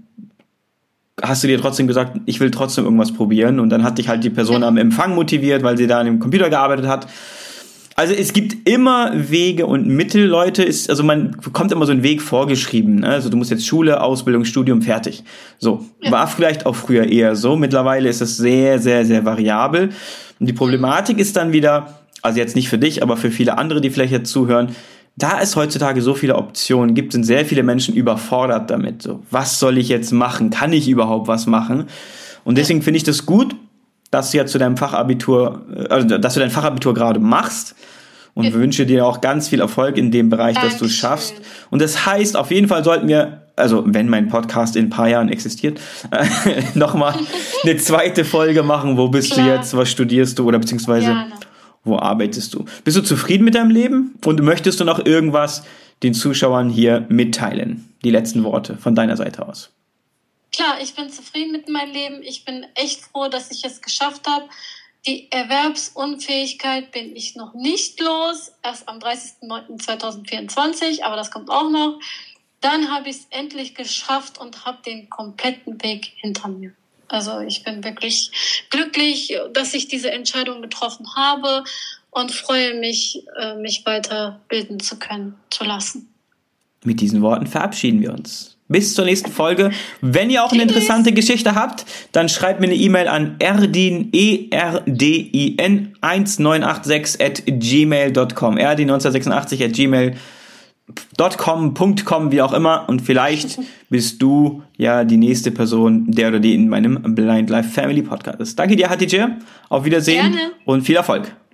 Speaker 1: hast du dir trotzdem gesagt, ich will trotzdem irgendwas probieren und dann hat dich halt die Person am Empfang motiviert, weil sie da an dem Computer gearbeitet hat. Also es gibt immer Wege und Mittel, Leute, ist, also man bekommt immer so einen Weg vorgeschrieben, ne? Also du musst jetzt Schule, Ausbildung, Studium, fertig. So, ja. War vielleicht auch früher eher so, mittlerweile ist es sehr, sehr, sehr variabel und die Problematik ist dann wieder, also jetzt nicht für dich, aber für viele andere, die vielleicht jetzt zuhören, da es heutzutage so viele Optionen gibt, sind sehr viele Menschen überfordert damit. So, was soll ich jetzt machen? Kann ich überhaupt was machen? Und deswegen finde ich das gut, dass du ja zu deinem Fachabitur, also dass du dein Fachabitur gerade machst und ja. wünsche dir auch ganz viel Erfolg in dem Bereich, dass du es schaffst. Und das heißt, auf jeden Fall sollten wir, also wenn mein Podcast in ein paar Jahren existiert, äh, nochmal eine zweite Folge machen. Wo bist Klar. du jetzt? Was studierst du? Oder beziehungsweise ja, wo arbeitest du? Bist du zufrieden mit deinem Leben? Und möchtest du noch irgendwas den Zuschauern hier mitteilen? Die letzten Worte von deiner Seite aus.
Speaker 2: Klar, ich bin zufrieden mit meinem Leben. Ich bin echt froh, dass ich es geschafft habe. Die Erwerbsunfähigkeit bin ich noch nicht los. Erst am dreißigsten neunten zweitausendvierundzwanzig, aber das kommt auch noch. Dann habe ich es endlich geschafft und habe den kompletten Weg hinter mir. Also ich bin wirklich glücklich, dass ich diese Entscheidung getroffen habe und freue mich, mich weiterbilden zu können, zu lassen.
Speaker 1: Mit diesen Worten verabschieden wir uns. Bis zur nächsten Folge. Wenn ihr auch eine interessante Geschichte habt, dann schreibt mir eine E-Mail an erdin, E R D I N eins neun acht sechs at gmail dot com. erdin neunzehnhundertsechsundachtzig at gmail dot com, .com, wie auch immer. Und vielleicht bist du ja die nächste Person, der oder die in meinem Blind Life Family Podcast ist. Danke dir, Hatice. Auf Wiedersehen.
Speaker 2: Gerne.
Speaker 1: Und viel Erfolg.